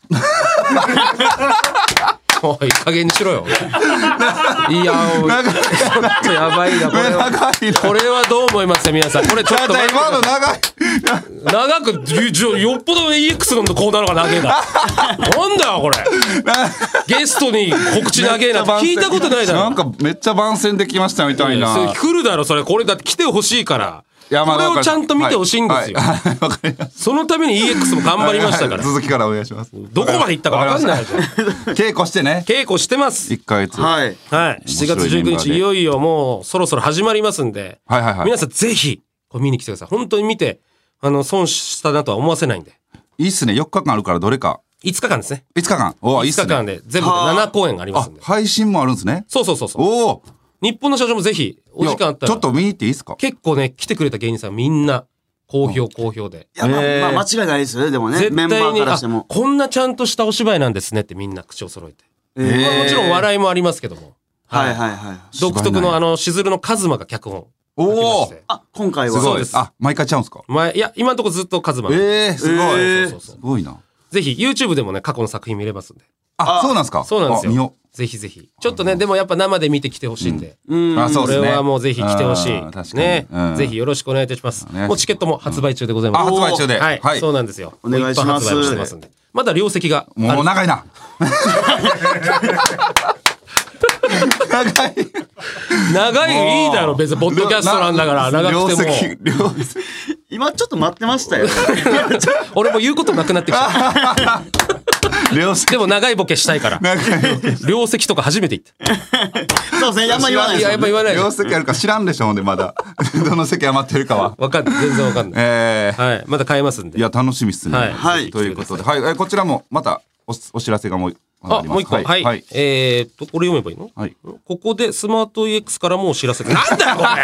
おい、加減にしろよ。いや、おい、ちょっとやばいな、これは。これはどう思いますか、皆さん。これちょっと待って。 今の長い。 長く、よっぽど イーエックス のコーナーの方が長えな。なんだよ、これ。ゲストに告知長えな。聞いたことないだろ。 なんかめっちゃ番宣できましたみたいな。 それ来るだろ、それ。これだって来てほしいから。これをちゃんと見てほしいんですよ。そのために イーエックス も頑張りましたから。 続きからお願いします。 どこまで行ったか分かんないじゃん。 稽古してね。 稽古してます。 いっかげつ。 はい。はい。しちがつじゅうくにちいよいよもうそろそろ始まりますんで。はいはいはい。皆さんぜひこれ見に来てください。本当に見てあの損したなとは思わせないんで。 いいっすね。よっかかんあるからどれか。 いつかかんですね。 いつかかん。お、いいっすね。 いつかかんで全部でななこうえんありますんで。 配信もあるんですね。 そうそうそうそう。 おお。 日本の社長もぜひお時間あったらちょっと見に行っていいですか？ 結構ね来てくれた芸人さんみんな好評好評で。 いや、まあ、まあ間違いないですよね。でもね、メンバーからしてもこんなちゃんとしたお芝居なんですねってみんな口を揃えて。まあ、もちろん笑いもありますけども。 はいはいはい。 独特のあのしずるのカズマが脚本。 おお。 あ、今回はそうです。あ、毎回ちゃうんですか？ 前いや今のところずっとカズマ。 ええ、すごい。 そうそうそう。 すごいな。 ぜひ YouTube でもね過去の作品見れますんで。 あ、そうなんですか？ そうなんですよ。ぜひぜひ。ちょっとね、でもやっぱ生で見てきてほしいんで。 うん。あ、そうですね。 これはもうぜひ来てほしい。ね。ぜひよろしくお願いいたします。もうチケットも発売中でございます。 あ、発売中で。 はい。そうなんですよ。 お願いします。 発売してますんで。まだ両席が。 もう長いな。長い。 長い、いいだろ。別にポッドキャストなんだから、長くても。 今ちょっと待ってましたよ。 俺も言うことなくなってきた。でも長いボケしたいから。両席とか初めて言った。 そうですね。あんま言わないです。 いや、やっぱ言わない。 両席あるか知らんでしょうね、まだ。どの席余ってるかは。 わかんない。全然わかんない。ええ。はい。また買えますんで。 いや、楽しみっすね。 はい。 ということで、はい。こちらもまたおお知らせがもう。 あ、もう一個。はい。えっと、これ読めばいいの？はい。ここでスマート イーエックス からもお知らせが。なんだよ、こ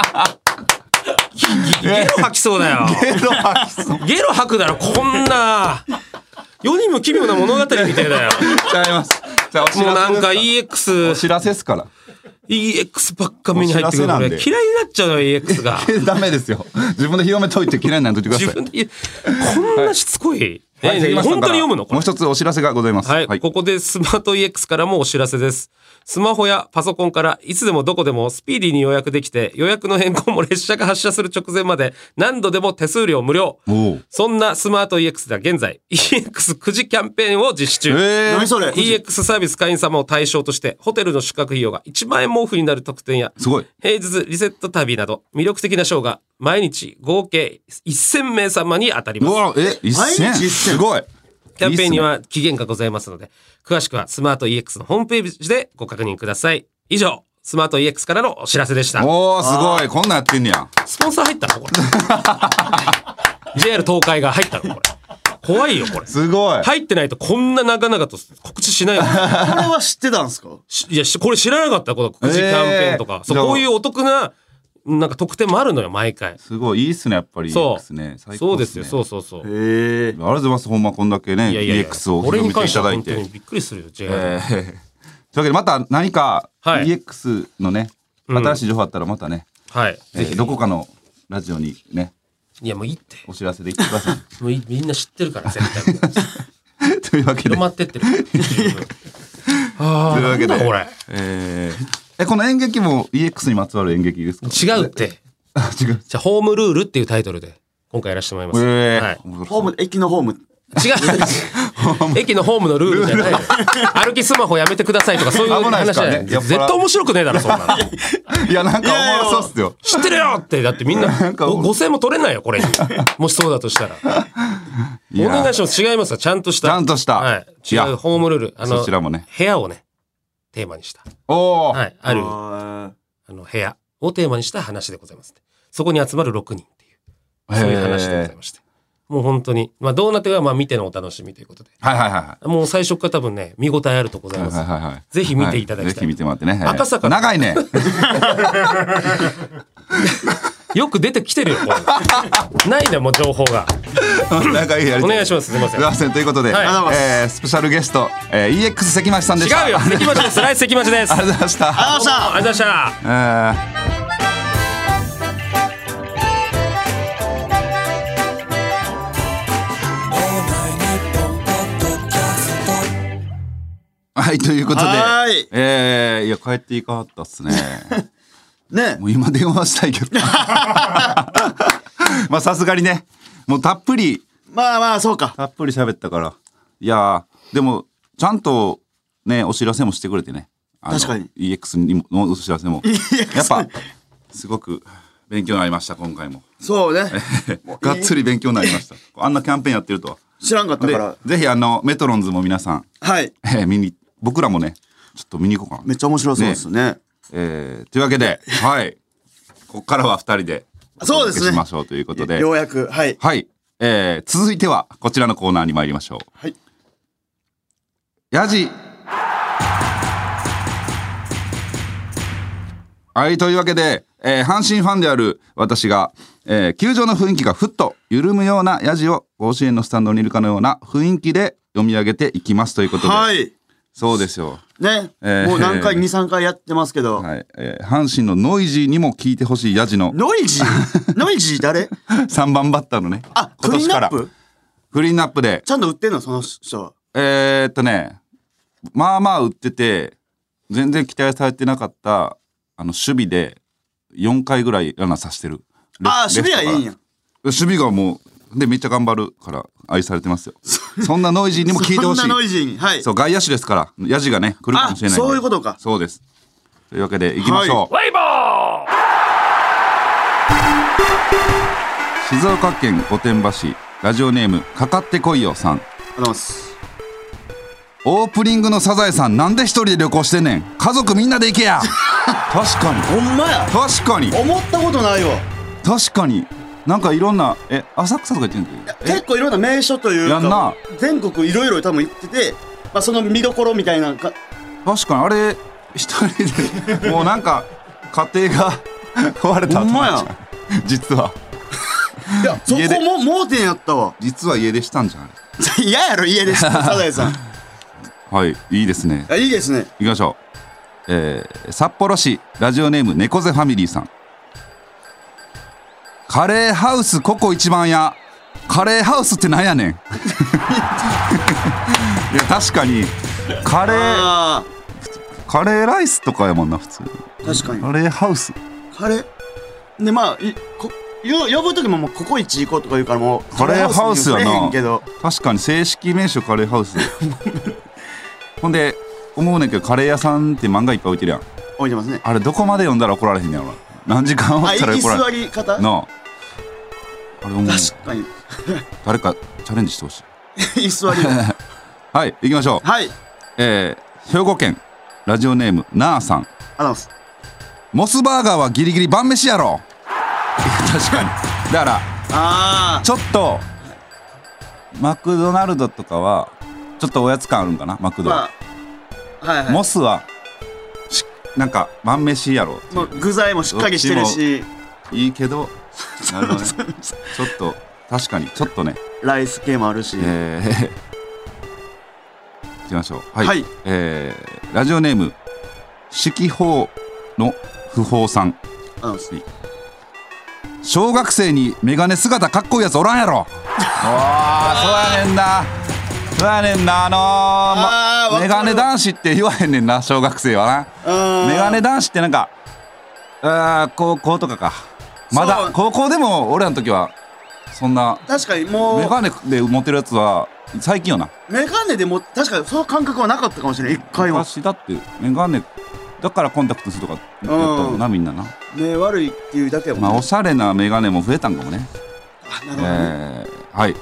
れ。ゲロ吐きそうだよ。 ゲロ吐きそう。 ゲロ吐くだろ、こんな。世にも奇妙な物語みたいだよ。 ちゃいます。じゃあもうなんか イーエックス。 お知らせですから。 イーエックス ばっか目に入ってくるので嫌いになっちゃうよ イーエックス が。 ダメですよ。自分で広めといて嫌いになっといてください。 自分でこんなしつこい。はい、本当に読むの？ もう一つお知らせがございます。 はい。はい、ここでスマート イーエックス からもお知らせです。スマホやパソコンからいつでもどこでもスピーディーに予約できて、予約の変更も列車が発車する直前まで何度でも手数料無料。そんなスマート イーエックス では現在 イーエックスくじキャンペーンを実施中。 えー、何それイーエックス サービス会員様を対象としてホテルの宿泊費用がいちまんえんもオフになる特典や、 すごい平日リセット旅など魅力的な賞が毎日合計せんめい様に当たります。 うわ、え、せん？すごい。 キャンペーンには期限がございますので、詳しくはスマート イーエックス のホームページでご確認ください。以上、スマート イーエックス からのお知らせでした。 おー、すごい。こんなんやってんねや。 スポンサー入ったのこれ。ジェイアール 東海が入ったのこれ。怖いよこれ。 すごい。 入ってないとこんな長々と告知しないの。これは知ってたんですか？ いや、これ知らなかった。このくじキャンペーンとか。えー、そう、こういうお得な、なんか特典もあるのよ、毎回。 すごい、いいっすね、やっぱり。 そう。 ね、 最高っすね。そうですよ、そうそうそう。 へえ。ありがとうございます、ほんまこんだけね、いやいやいや イーエックス を広めていただいて。 本当にびっくりするよ、ジェイアール。 えー、というわけで、また何か、はい、イーエックス のね、新しい情報あったらまたね、 はい。 えー、どこかのラジオにね、 いや、もういいって。 お知らせで言ってください。 もうみんな知ってるから、絶対。 というわけで。 広まってってる。 あというわけでこれ、 えー、えこの演劇も イーエックス にまつわる演劇ですか？ 違うって違う。 じゃあホームルールっていうタイトルで今回やらせてもらいます、 えーはい、 ホーム、駅のホーム。 違う駅のホームのルールじゃない歩きスマホやめてくださいとかそういう話じゃない、 危ないですからね絶対面白くねえだろそんなのいやなんかおもろそうっすよ。 知ってるよってだってみんなごごせんも取れないよこれにもしそうだとしたらお願いします。違いますよちゃんとしたちゃんとした、 はい、違うホームルールあのそちらもね部屋をねテーマにしたおー、 はい、あるああの部屋をテーマにした話でございます。そこに集まるろくにんっていうそういう話でございまして、もう本当にまあどうなってかまあ見てのお楽しみということで、 はいはいはい。 もう最初から多分ね見応えあるとございます。 はいはいはい、 ぜひ見ていただきたい。 はい、ぜひ見てもらってね。 赤坂長いね。 よく出てきてるよこれ。ないねもう情報が。 長いやり。 お願いします。すみません。 すみませんということで、 はいえー、スペシャルゲスト、えー、イーエックス 関町さんでした。 違うよ関町です。ライス関町です。 ありがとうございました。 ありがとうございました。 ありがとうございました。 えーはいということで、 はい、 えー、いや帰っていかはったっすね。 ね、 もう今電話したいけど、まあさすがにね、もうたっぷり、 まあまあそうか、 たっぷり喋ったから、いやーでもちゃんとねお知らせもしてくれてね、 確かにイーエックス にものお知らせもやっぱすごく勉強になりました今回も。 そうね。 がっつり勉強になりました。あんなキャンペーンやってるとは知らんかったから。 ぜひあのメトロンズも皆さん、 はい、 えー、見に僕らもねちょっと見に行こうかな。 めっちゃ面白そうですね。ねえー、というわけで、はい、ここからはふたりでお届けしましょうということで、 ようやくはい、 はい、えー、続いてはこちらのコーナーに参りましょう。 はい、 ヤジ。はいというわけで、えー、阪神ファンである私が、えー、球場の雰囲気がふっと緩むようなヤジを甲子園のスタンドにいるかのような雰囲気で読み上げていきますということで、 はい、 そうですよね、 えー、 もう何回にさんかいやってますけど、 はい、えー、阪神のノイジーにも聞いてほしいヤジのノイジーノイジー誰さんばんバッターのね、 あ、 今年からクリーンナップクリーンナップでちゃんと売ってんのその人は。 えー、っとねまあまあ売ってて全然期待されてなかったあの守備でよんかいぐらいランナーさしてる。 ああ守備はいいんや。 守備がもうでめっちゃ頑張るから愛されてますよ。そんなノイジーにも聞いてほしい。 そんなノイジーに、はい、 そう外野手ですからヤジがね来るかもしれないんで。 そういうことか。 そうです。というわけでいきましょう、 はい、ウェイボー。静岡県御殿場市ラジオネームかかってこいよさん。 ありがとうございます。 オープニングのサザエさんなんで一人で旅行してんねん。家族みんなで行けや。確かにほんまや。 確かに思ったことないわ。 確かになんかいろんなえ浅草とか行ってんだよ。 結構いろんな名所というかやんな全国いろいろ多分行ってて、まあ、その見どころみたいなか確かにあれ一人でもうなんか家庭が壊れた後なんじゃん実はいやそこも盲点やったわ。 実は家出したんじゃない嫌やろ家出したサザエさん。 はいいいですね。 いいですね。 行きましょう、えー、札幌市ラジオネーム猫背ファミリーさん。カレーハウスココ一番屋。カレーハウスってなんやねん。いや確かにカレーカレーライスとかやもんな普通。 確かにカレーハウスカレーでまあいこよ呼ぶ時ももうココイチ行こうとか言うからもうカレーハウスやな。 けど確かに正式名称カレーハウスほんで思うねんけどカレー屋さんって漫画いっぱい置いてるやん。 置いてますね。 あれどこまで読んだら怒られへんねやろな。何時間おったら怒られへん。 あ、居座り方なああれ思う。 確かに誰かチャレンジしてほしい。 居座りはい行きましょう。 はい、 えー、兵庫県ラジオネームなあさん。 ありがとうございます。 モスバーガーはギリギリ晩飯やろ。いや確かにだからあちょっとマクドナルドとかはちょっとおやつ感あるんかなマクドは、 まあはいはい、 モスはしなんか晩飯やろっていう。 もう具材もしっかりしてるしいいけどなるほどねちょっと確かにちょっとねライス系もあるし、 えー、いきましょう。はい、 はい、 えー、ラジオネーム式法の不法さん。 あ小学生にメガネ姿かっこいいやつおらんやろ。ああそうやねんな。 そうやねんな、あのーあーま、メガネ男子って言わへんねんな、小学生はな。メガネ男子ってなんか、あー高校とかか。まだ高校でも俺らの時はそんな確かにもうメガネで持ってるやつは最近よな。 メガネでも確かにその感覚はなかったかもしれない。一回も昔だってメガネだからコンタクトするとかやったもんな、みんなな。 目悪いっていうだけやもんね。 まあおしゃれなメガネも増えたんかもね。 あ、なるほどね。 えー、はい、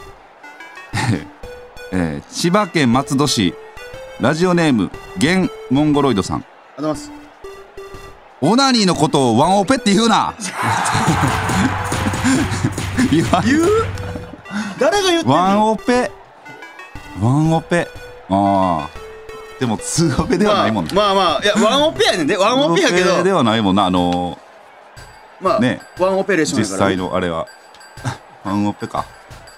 えー、千葉県松戸市ラジオネームゲンモンゴロイドさん。 ありがとうございます。 オナニーのことをワンオペって言うな。言わ言う誰が言ってんの。 ワンオペワンオペああでもツーオペではないもんね。 まあまあまあ、いやワンオペやねんで。ワンオペやけどツーオペではないもんな。あのー、 まあね、 ワンオペレーションや実から、ね、 際のあれはワンオペか。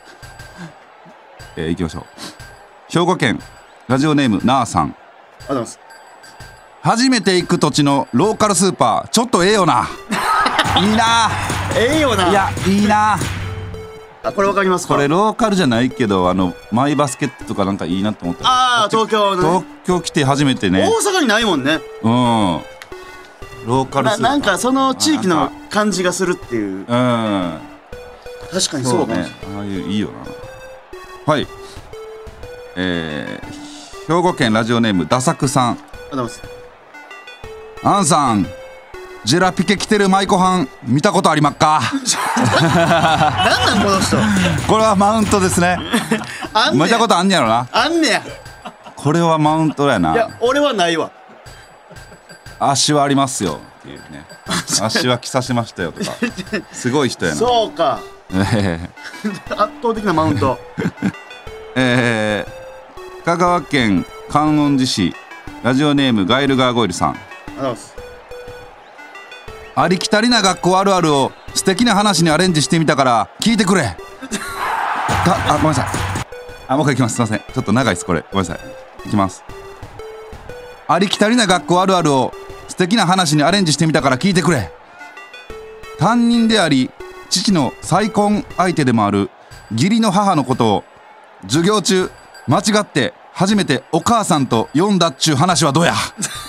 えー、いきましょう。兵庫県ラジオネームなあさん。 ありがとうございます。 初めて行く土地のローカルスーパーちょっとええよな。いいな。 ええよな。 いやいいな。 あ、これわかりますか。 これローカルじゃないけど、あのマイバスケットとかなんかいいなと思った。 ああ東京の、ね、 東京来て初めてね。 大阪にないもんね。 うん。ローカルスーパーな, なんかその地域の感じがするっていう。 うん。 確かにそうかもしれない。 ね、ああいういいよな。はい。えー、兵庫県ラジオネームダサクさん。 ありがとうございます。 アンさん、ジェラピケ着てる舞妓はん見たことありまっか。 なんなんこの人。 これはマウントですね。 あんねや。 見たことあんねやろな。 あんねや。 これはマウントやな。 いや俺はないわ。 足はありますよっていうね。足は着させましたよとか。すごい人やな。 そうか。 え圧倒的なマウント。 えー、香川県観音寺市ラジオネームガイルガーゴイルさん。 ありがとうございます。 ありきたりな学校あるあるを素敵な話にアレンジしてみたから聞いてくれ。たあごめんなさい。あもう一回いきます。すいません。ちょっと長いですこれ。ごめんなさい。いきます。ありきたりな学校あるあるを素敵な話にアレンジしてみたから聞いてくれ。担任であり父の再婚相手でもある義理の母のことを授業中間違って初めてお母さんと呼んだっちゅう話はどうや。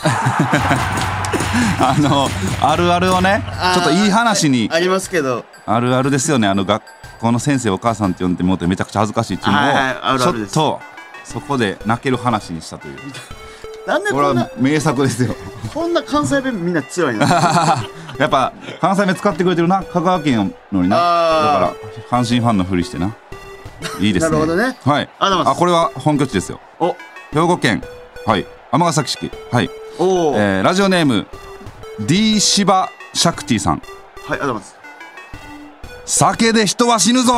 あのあるあるをねちょっといい話にあ, ありますけど、 あるあるですよね。あの学校の先生お母さんって呼んでもうてめちゃくちゃ恥ずかしいっていうのを、 はいはい、あるあるです。 ちょっとそこで泣ける話にしたという。 なんでこれこんなは名作ですよ。 こんな関西弁みんな強いな。 やっぱ関西弁使ってくれてるな。香川県のにな。だから阪神ファンのふりしてな。いいですね。 なるほどね。 はい。 あ、 あこれは本拠地ですよ。 お兵庫県はい尼崎市はい。 お、 えー、ラジオネーム D シバシャクティさん。 はい、ありがとうございます。 酒で人は死ぬぞ。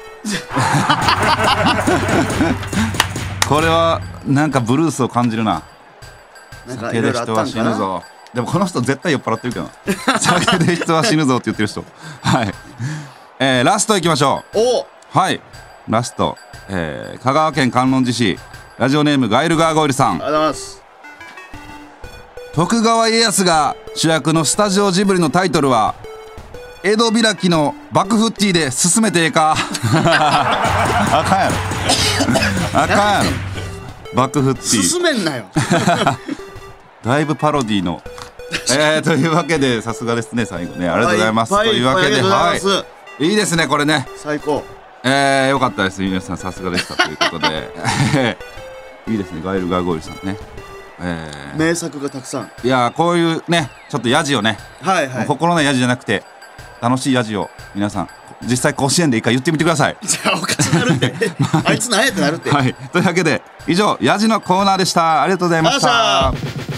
これはなんかブルースを感じるな。酒で人は死ぬぞ。でもこの人絶対酔っ払ってるけどな。酒で人は死ぬぞって言ってる人。はい、えー、ラストいきましょう。 おはいラスト、えー、香川県観音寺市ラジオネームガイルガーゴイルさん。 ありがとうございます。 徳川家康が主役のスタジオジブリのタイトルは江戸開きの幕府ティーで進めてええか。あかんやろあかんやろ幕府ティー進めんなよ。 だいぶパロディのえー、というわけでさすがですね最後ねありがとうございます、 はい、 というわけではい、 いいですねこれね最高。 えー、よかったです皆さんさすがでしたということでいいですねガイルガーゴイルさんね、えー、 名作がたくさん。 いやこういうねちょっとヤジをね、 はいはい、 心のヤジじゃなくて楽しいヤジを皆さん実際甲子園で一回言ってみてください。 じゃあおかしなるってあいつなんやってなるって。 はいというわけで以上ヤジのコーナーでした。ありがとうございました。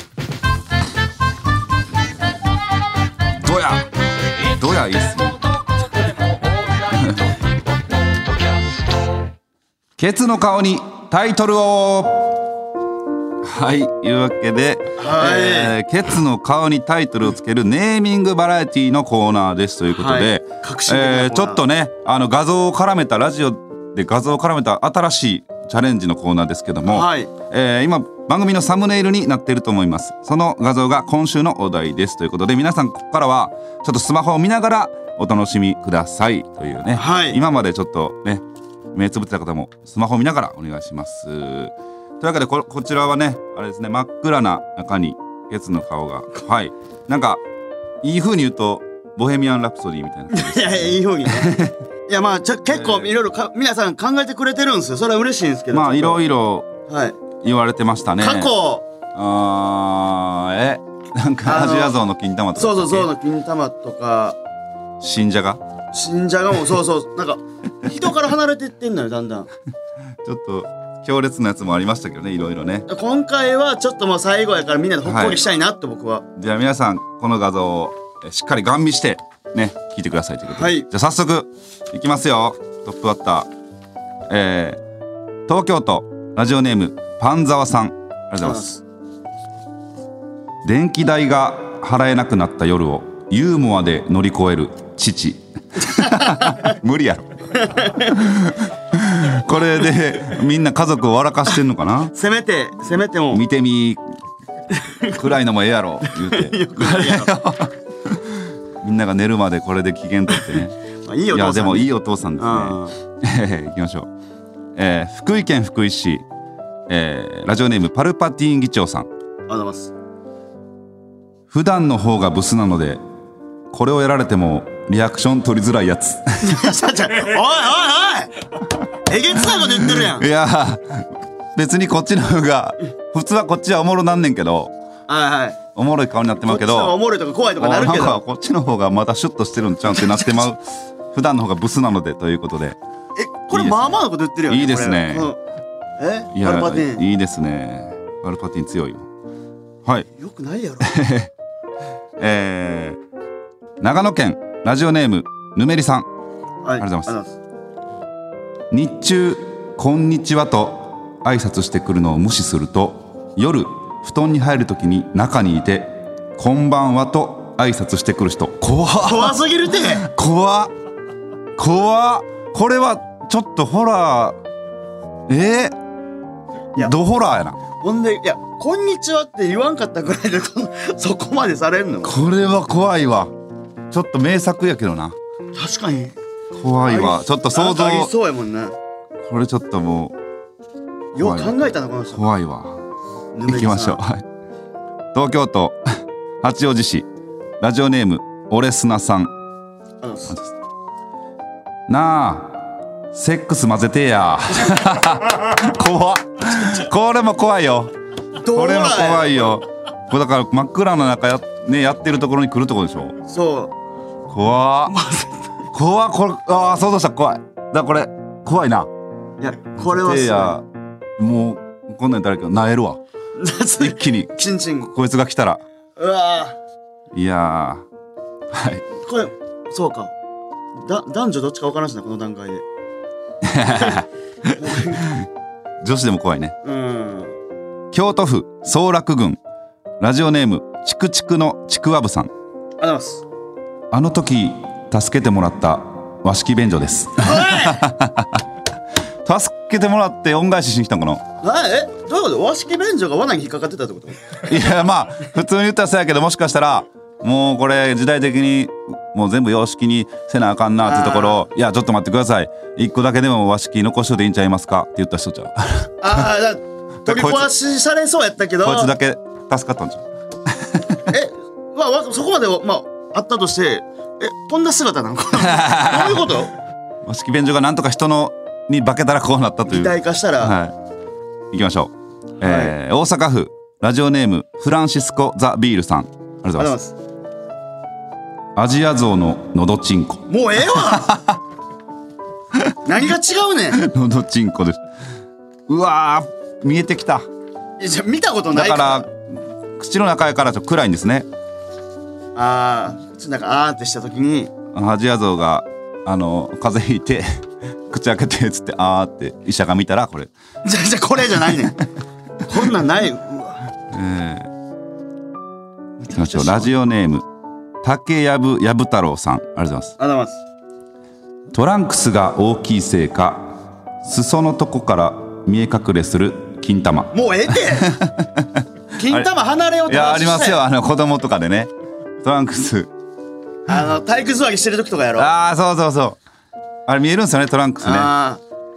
どうやどうやいいっすね。ケツの顔にタイトルを。はいいうわけで、 はいえー、ケツの顔にタイトルをつけるネーミングバラエティのコーナーですということで、 はいえー、ちょっとねあの画像を絡めたラジオで画像を絡めた新しいチャレンジのコーナーですけども、 はい、 えー、今番組のサムネイルになっていると思います。その画像が今週のお題ですということで皆さんここからはちょっとスマホを見ながらお楽しみくださいというね、 はい、 今までちょっとね目つぶってた方もスマホ見ながらお願いします。というわけで こ, こちらはねあれですね、真っ暗な中にケツの顔が、はい、なんかいい風に言うとボヘミアン・ラプソディみたいな。 いやいい風にねいやまあちょ結構いろいろか皆さん考えてくれてるんですよ。それは嬉しいんですけど、 まあいろいろはい言われてましたね。 過去あーえなんかアジアゾウの金玉とか、 そうそうそうの金玉とか信者が信者がもうそうそうなんか人から離れてってんのよだんだん。 ちょっと強烈なやつもありましたけどね、いろいろね。 今回はちょっともう最後やからみんなでほっこりしたいなと僕は、 じゃあ皆さんこの画像をしっかりガン見してね聞いてくださいということで、 はい、 じゃあ早速いきますよ。トップバッター、えー、東京都ラジオネームパンザワさん、ありがとうございます。電気代が払えなくなった夜をユーモアで乗り越える父無理やろこれでみんな家族を笑かしてんのかな。 せめてせめても見てみ暗いのもええやろ言うてみんなが寝るまでこれで機嫌取ってねまあいいお父さん、ね、 いやでもいいお父さんですねいきましょう、えー、福井県福井市、えー、ラジオネームパルパティーン議長さん、ありがとうございます。 普段の方がブスなのでこれをやられてもリアクション取りづらいやつおいおいおいえげつないこと言ってるやん。 いや別にこっちの方が普通はこっちはおもろなんねんけど、 はいはい、 おもろい顔になってまうけど、 こっちのおもろいとか怖いとかなるけど、 なんかこっちの方がまだシュッとしてるんちゃうんってなってまう普段の方がブスなのでということで、 えこれまあまあなこと言ってるよね。 いいですね。 えいやパルパティーンいいですね。パルパティーン強いよ。はいよくないやろえー、長野県ラジオネームぬめりさん、 はい、 ありがとうございます。日中こんにちはと挨拶してくるのを無視すると、夜布団に入るときに中にいてこんばんはと挨拶してくる人、怖っ怖すぎるて怖っ怖っ。これはちょっとホラー、えー、いやドホラーやな。 ほんでいやこんにちはって言わんかったぐらいでそこまでされんの。 これは怖いわ。ちょっと名作やけどな。 確かに怖いわ。ちょっと想像ありそうやもんね。 これちょっともうよう考えたのこの人。 怖いわ。行きましょう、はい、東京都八王子市ラジオネームオレスナさん、あなあセックス混ぜてや怖っこれも怖いよ。これも怖いよ。これだから真っ暗な中 や,、ね、やってるところに来るところでしょ。 そう怖っ怖っ。これああ想像したら怖い。だからこれ怖いな。 いやこれはすごい。もうこんなん言ったらいいけどなえるわ一気にチンチンこいつが来たら。 うわいやはい。 これそうかだ男女どっちか分からんしなこの段階で女子でも怖いね。 うん。 京都府総楽郡ラジオネームちくちくのちくわぶさん、ありがとうございます。 あの時助けてもらった和式便所です助けてもらって恩返ししに来たんかな。 えどういうこと？和式便所が罠に引っかかってたってこと？ いやまあ普通に言ったらそうやけど、もしかしたらもうこれ時代的にもう全部洋式にせなあかんなっていうところ、いやちょっと待ってください、一個だけでも和式残しといていいんちゃいますかって言った人ちゃうああ取り壊しされそうやったけどこいつだけ助かったんちゃうえ、まあ、そこまでまああったとして、えこんな姿なのかなどういうこと？ 和式便所がなんとか人のに化けたらこうなったという。 擬態化したら、 はい、行きましょう、えーはい、大阪府ラジオネームフランシスコ・ザ・ビールさん、ありがとうございます。アジアゾウののどちんこ。 もうええわ何が違うねんのどちんこです。うわー見えてきた。 いやじゃ見たことないから。 だから口の中やからちょっと暗いんですね。 ああ口の中あーってした時にアジアゾウがあの風邪ひいて口開けてっつってあーって医者が見たらこれじゃじゃこれじゃないねんこんなんない。うわえー、いきましょう。ラジオネーム竹やぶやぶ太郎さん、ありがとうございます。 ありがとうございます。 トランクスが大きいせいか裾のとこから見え隠れする金玉。 もうええって金玉離れようっていやありますよ、あの子供とかでねトランクスあの体育座りしてる時とかやろ。 ああそうそうそう、あれ見えるんですよねトランクスね。 あ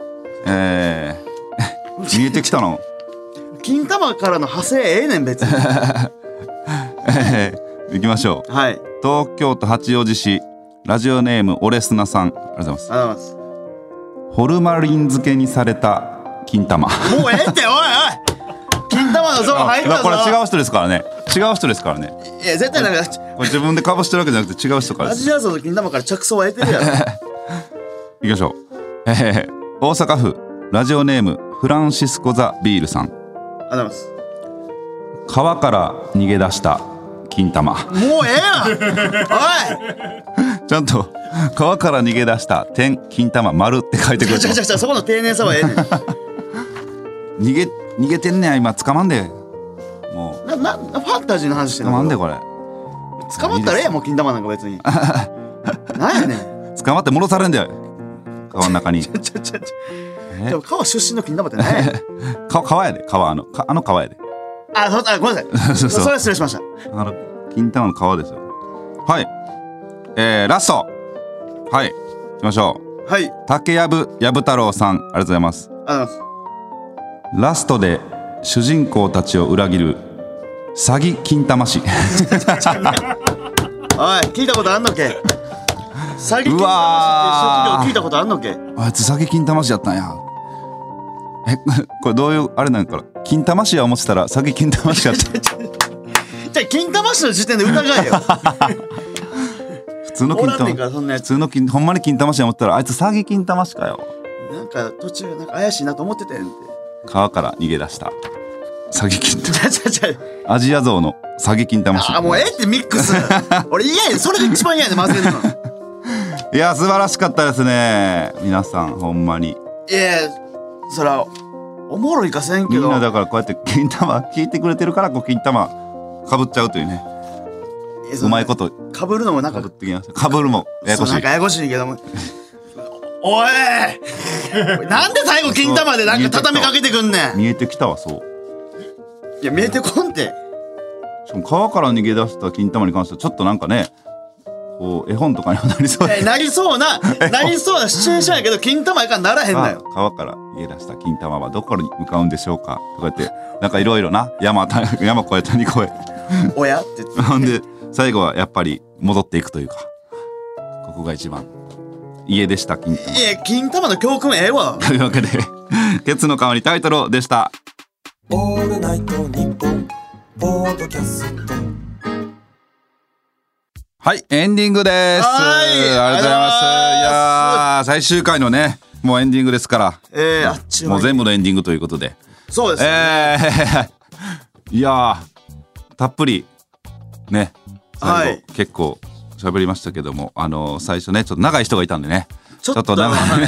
えー、見えてきたの金玉からの派生ええねん別にえー、行きましょう。 はい東京都八王子市ラジオネームオレスナさん、ありがとうございます。 ありがとうございます。 ホルマリン漬けにされた金玉。 もうええっておいおい金玉のゾーン入ったぞ。 これ違う人ですからね。違う人ですからね。 いや絶対なんかこれ自分でかぶしてるわけじゃなくて違う人からです。 アジアゾウの金玉から着想は得てるやろ行きましょう。えー、大阪府ラジオネームフランシスコ・ザ・ビールさん、 ありがとうございます。 川から逃げ出した金玉。 もうええやんおいちゃんと川から逃げ出した点金玉丸って書いてくれてちゃます。 ちゃちゃそこの丁寧さはええねん逃げ逃げてんねや今。捕まんでもうななファンタジーの話してんの。 捕まんでこれ。 捕まったらええやんもう金玉なんか別になんやねん捕まって戻されんだよ川の中に。 ちゃちゃちゃえでも川出身の金玉って何やねん川川やで川あのかあの川やで。 あそあごめんなさいそうそうそれは失礼しました。 あの金玉の川ですよ。はい、えー、ラストはい行きましょう。 はい竹やぶやぶ太郎さん、ありがとうございます。 ありがとうございます。 ラストで主人公たちを裏切る詐欺金玉師。 おい聞いたことあんのけ詐欺金玉師っていう職業聞いたことあんのけ。 あいつ詐欺金玉師やったんや。えこれどういうあれなんかな。金玉師は思ってたら詐欺金玉師やった。 じゃあ金玉師の時点で疑えよ普通の金おらんねん玉からそんなやつ。 普通の金ほんまに金玉師や思ったらあいつ詐欺金玉師かよ。 なんか途中なんか怪しいなと思ってたやんって。 川から逃げ出した詐欺金玉ちゃちゃちゃアジアゾウの詐欺金玉師。 あもうええってミックス俺嫌やねんそれが一番嫌やねん混ぜるの。 いや素晴らしかったですね皆さんほんまに。 いやそらおもろいかせんけどみんなだからこうやって金玉聞いてくれてるからこう金玉かぶっちゃうというね。うまいことかぶるのもなんかかぶってきました。かぶるもややこしい。 そうなんかややこしいけどもおいなんで最後金玉でなんか畳みかけてくんねん。 見えてきたわ。そういや見えてこんて。 しかも川から逃げ出した金玉に関してはちょっとなんかねこう絵本とかにもなりそうえなりそうななりそうなシチュエーションやけど金玉やからならへんのよ。 川から逃げ出した金玉はどこに向かうんでしょうかとか言ってなんかいろいろな山山越え谷越えおやって言ってほんで最後はやっぱり戻っていくというかここが一番家でした金玉。 いや金玉の教訓ええわ。 というわけでケツの代わりタイトルでした。 オールナイトニッポンポッドキャスト。 はいエンディングです。 はいありがとうございます。いやー最終回のねもうエンディングですからえー、あっちもう全部のエンディングということでそうです、ねえー、いやーたっぷりね最後、はい、結構喋りましたけどもあのー、最初ねちょっと長い人がいたんでねちょっとちょっと長い、はい、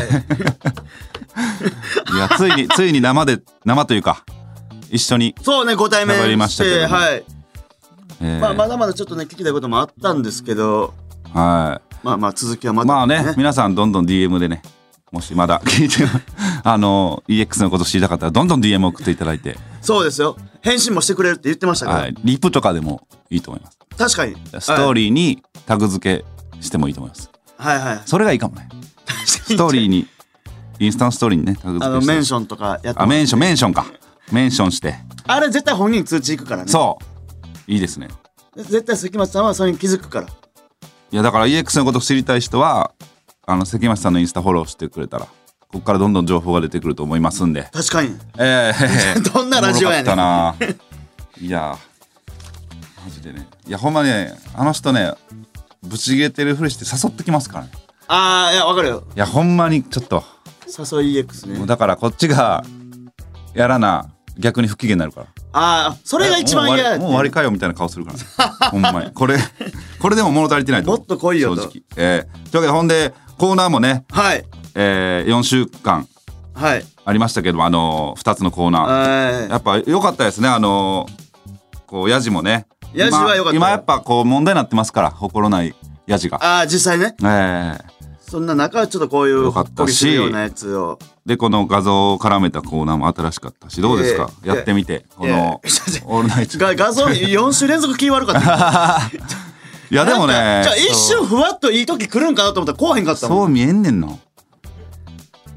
いやついについに生で生というか一緒にそうねご対面喋りましたけど、 はいえーまあ、まだまだちょっとね聞きたいこともあったんですけどはいまあまあ続きはまた、ね、 まあね皆さんどんどん ディーエム でねもしまだ聞いてあの イーエックス のこと知りたかったらどんどん ディーエム 送っていただいてそうですよ返信もしてくれるって言ってましたから、 はい、リプとかでもいいと思います。 確かにストーリーにタグ付けしてもいいと思います。 はいはいそれがいいかもねストーリーにインスタのストーリーにねタグ付けしてあのメンションとかやってあメンションメンションかメンションしてあれ絶対本人通知いくからねそういいですね絶対関町さんはそれに気づくから。 いやだから イーエックス のことを知りたい人はあの関町さんのインスタフォローしてくれたらここからどんどん情報が出てくると思いますんで確かにええー、 どんなラジオやねんおもろかったないやマジでねいやほんまねあの人ねブチ切れてるふりして誘ってきますからね。 ああいやわかるよいやほんまにちょっと誘い イーエックス ねだからこっちがやらな逆に不機嫌になるからああそれが一番嫌やもう終わりかよみたいな顔するからほんまにこれこれでも物足りてないと思うもっと来いよと正直、えー、というわけでほんでコーナーもね、 はいえー、よんしゅうかんはいありましたけどもあのー、ふたつのコーナーやっぱ良かったですねあのー、こうヤジもねヤジは良かった今やっぱこう問題になってますから心ないヤジがああ実際ねえーそんな中ちょっとこういうほっこりするようなやつをでこの画像を絡めたコーナーも新しかったしどうですか、えー、やってみてこのオールナイトが画像よん週連続気悪かったいやでもねじゃあ一瞬ふわっといい時来るんかなと思ったらこうへんかったもんそう見えんねんの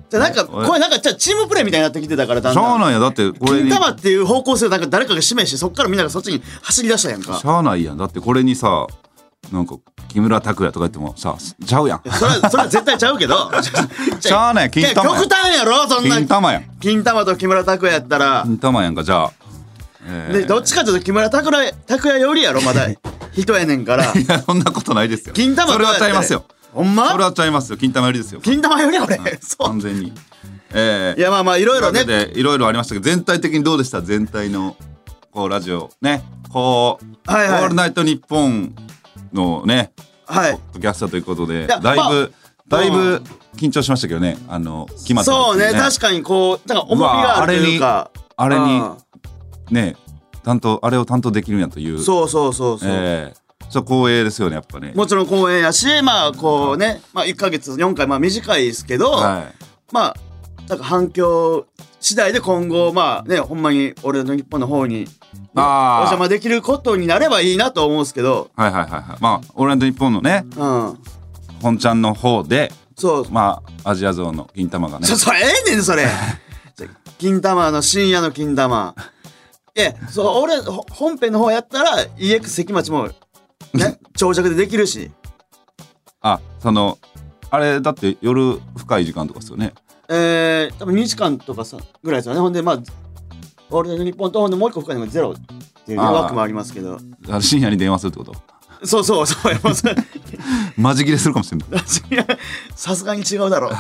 じゃなんかこれなんかチームプレーみたいになってきてたからだんだんしゃあないやだってこれに金玉っていう方向性をなんか誰かが示してそっからみんながそっちに走り出したやんか。 しゃあないやんだってこれにさなんか木村拓哉とか言ってもさちゃうやんそれはそれは絶対ちゃうけどしゃあない金玉やん極端やろそんな金玉やん金玉と木村拓哉やったら金玉やんかじゃあ、えー、 でどっちかというと木村拓哉拓哉よりやろまだ人やねんからいやそんなことないですよ金玉それはちゃいますよほんまそれはちゃいますよ金玉よりですよ金玉より俺そう完全にえー、 いやまあまあいろいろねでいろいろありましたけど全体的にどうでした全体のこうラジオねこう、 はいはいオールナイトニッポンのねはいポッドキャストということでやだいぶ、 まあだいぶ緊張しましたけどねあの決まったそうね時に確かにこうなんか重みがあるというかあれにうんね担当あれを担当できるんやというそうそうそうそう、 えー、そう光栄ですよねやっぱねもちろん公演やしまあこうね、まあ、いっかげつよんかいまあ短いですけど、 はいまあなんか反響次第で今後まあねほんまに俺の日本の方に、ね、おあー邪魔できることになればいいなと思うんですけどはいはいはいはいまあオールナイトニッポンのねうん本ちゃんの方でそう、 まあアジアゾウの金玉がねそそれええねんそれ金玉の深夜の金玉えそう俺ほ本編の方やったら イーエックス 関町もね長尺でできるしあそのあれだって夜深い時間とかですよねえー、多分にじかんとかさぐらいですよねほんでまあ俺の日本とほんでもう一個深いのがゼロっていうあー枠もありますけどあの深夜に電話するってことそうそうそうやっぱそれマジ切れするかもしれないさすがに違うだろう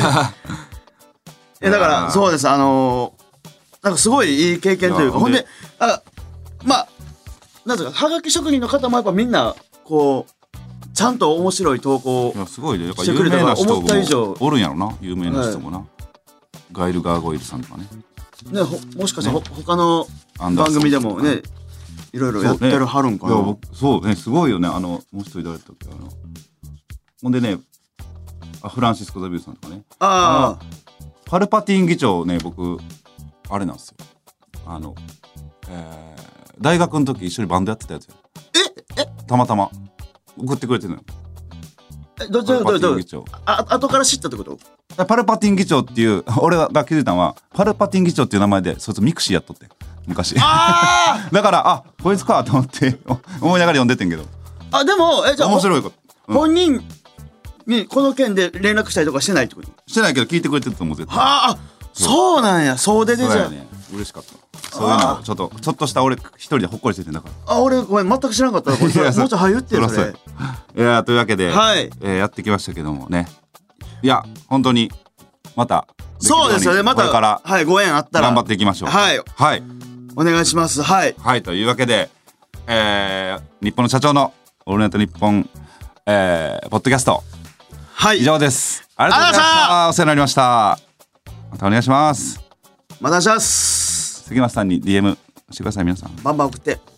えだからそうですあのー、なんかすごいいい経験というかいやほんであまあなんていうかはがき職人の方もやっぱみんなこうちゃんと面白い投稿をいやすごいねやっぱしてく有れたから名な人思った以上もおるんやろな有名な人もな、ガイル・ガーゴイルさんとかねねほもしかしたら、 ねほ他のアンダーソン番組でもねいろいろやってるはるんかな、 いや僕そうねすごいよねあのもう一人誰だったっけあのほんでねあフランシスコ・ザビューさんとかねあパルパティン議長ね僕あれなんですよあの、えー、大学の時一緒にバンドやってたやつよええたまたま送ってくれてるのよあどっちパルパどっちどっちティン議長あ後から知ったってことパルパティン議長っていう俺が気づいたのはパルパティン議長っていう名前でそいつミクシーやっとって昔あだからあこいつかと思って思いながら読んでてんけどああでもえじゃあ面白いこと、うん本人にこの件で連絡したりとかしてないってことしてないけど聞いてくれてると思う絶対はあそうなんや総出でじゃあ、 そうやね嬉しかったそういうのちょっとちょっとした俺一人でほっこりしててんだからあ俺ごめん全く知らんかったこれいやそうもうちょい早言ってよそれそりゃいやというわけで、 はいえーやってきましたけどもねいや本当にまたそうですよねまたこれからはいご縁あったら頑張っていきましょうはいはい、 お願いしますはいはい、というわけで、えー、日本の社長のオールナイトニッポン、えー、ポッドキャストはい以上ですありがとうございましたお世話になりましたまたお願いしますまたします杉松さんに ディーエム してください皆さんバンバン送って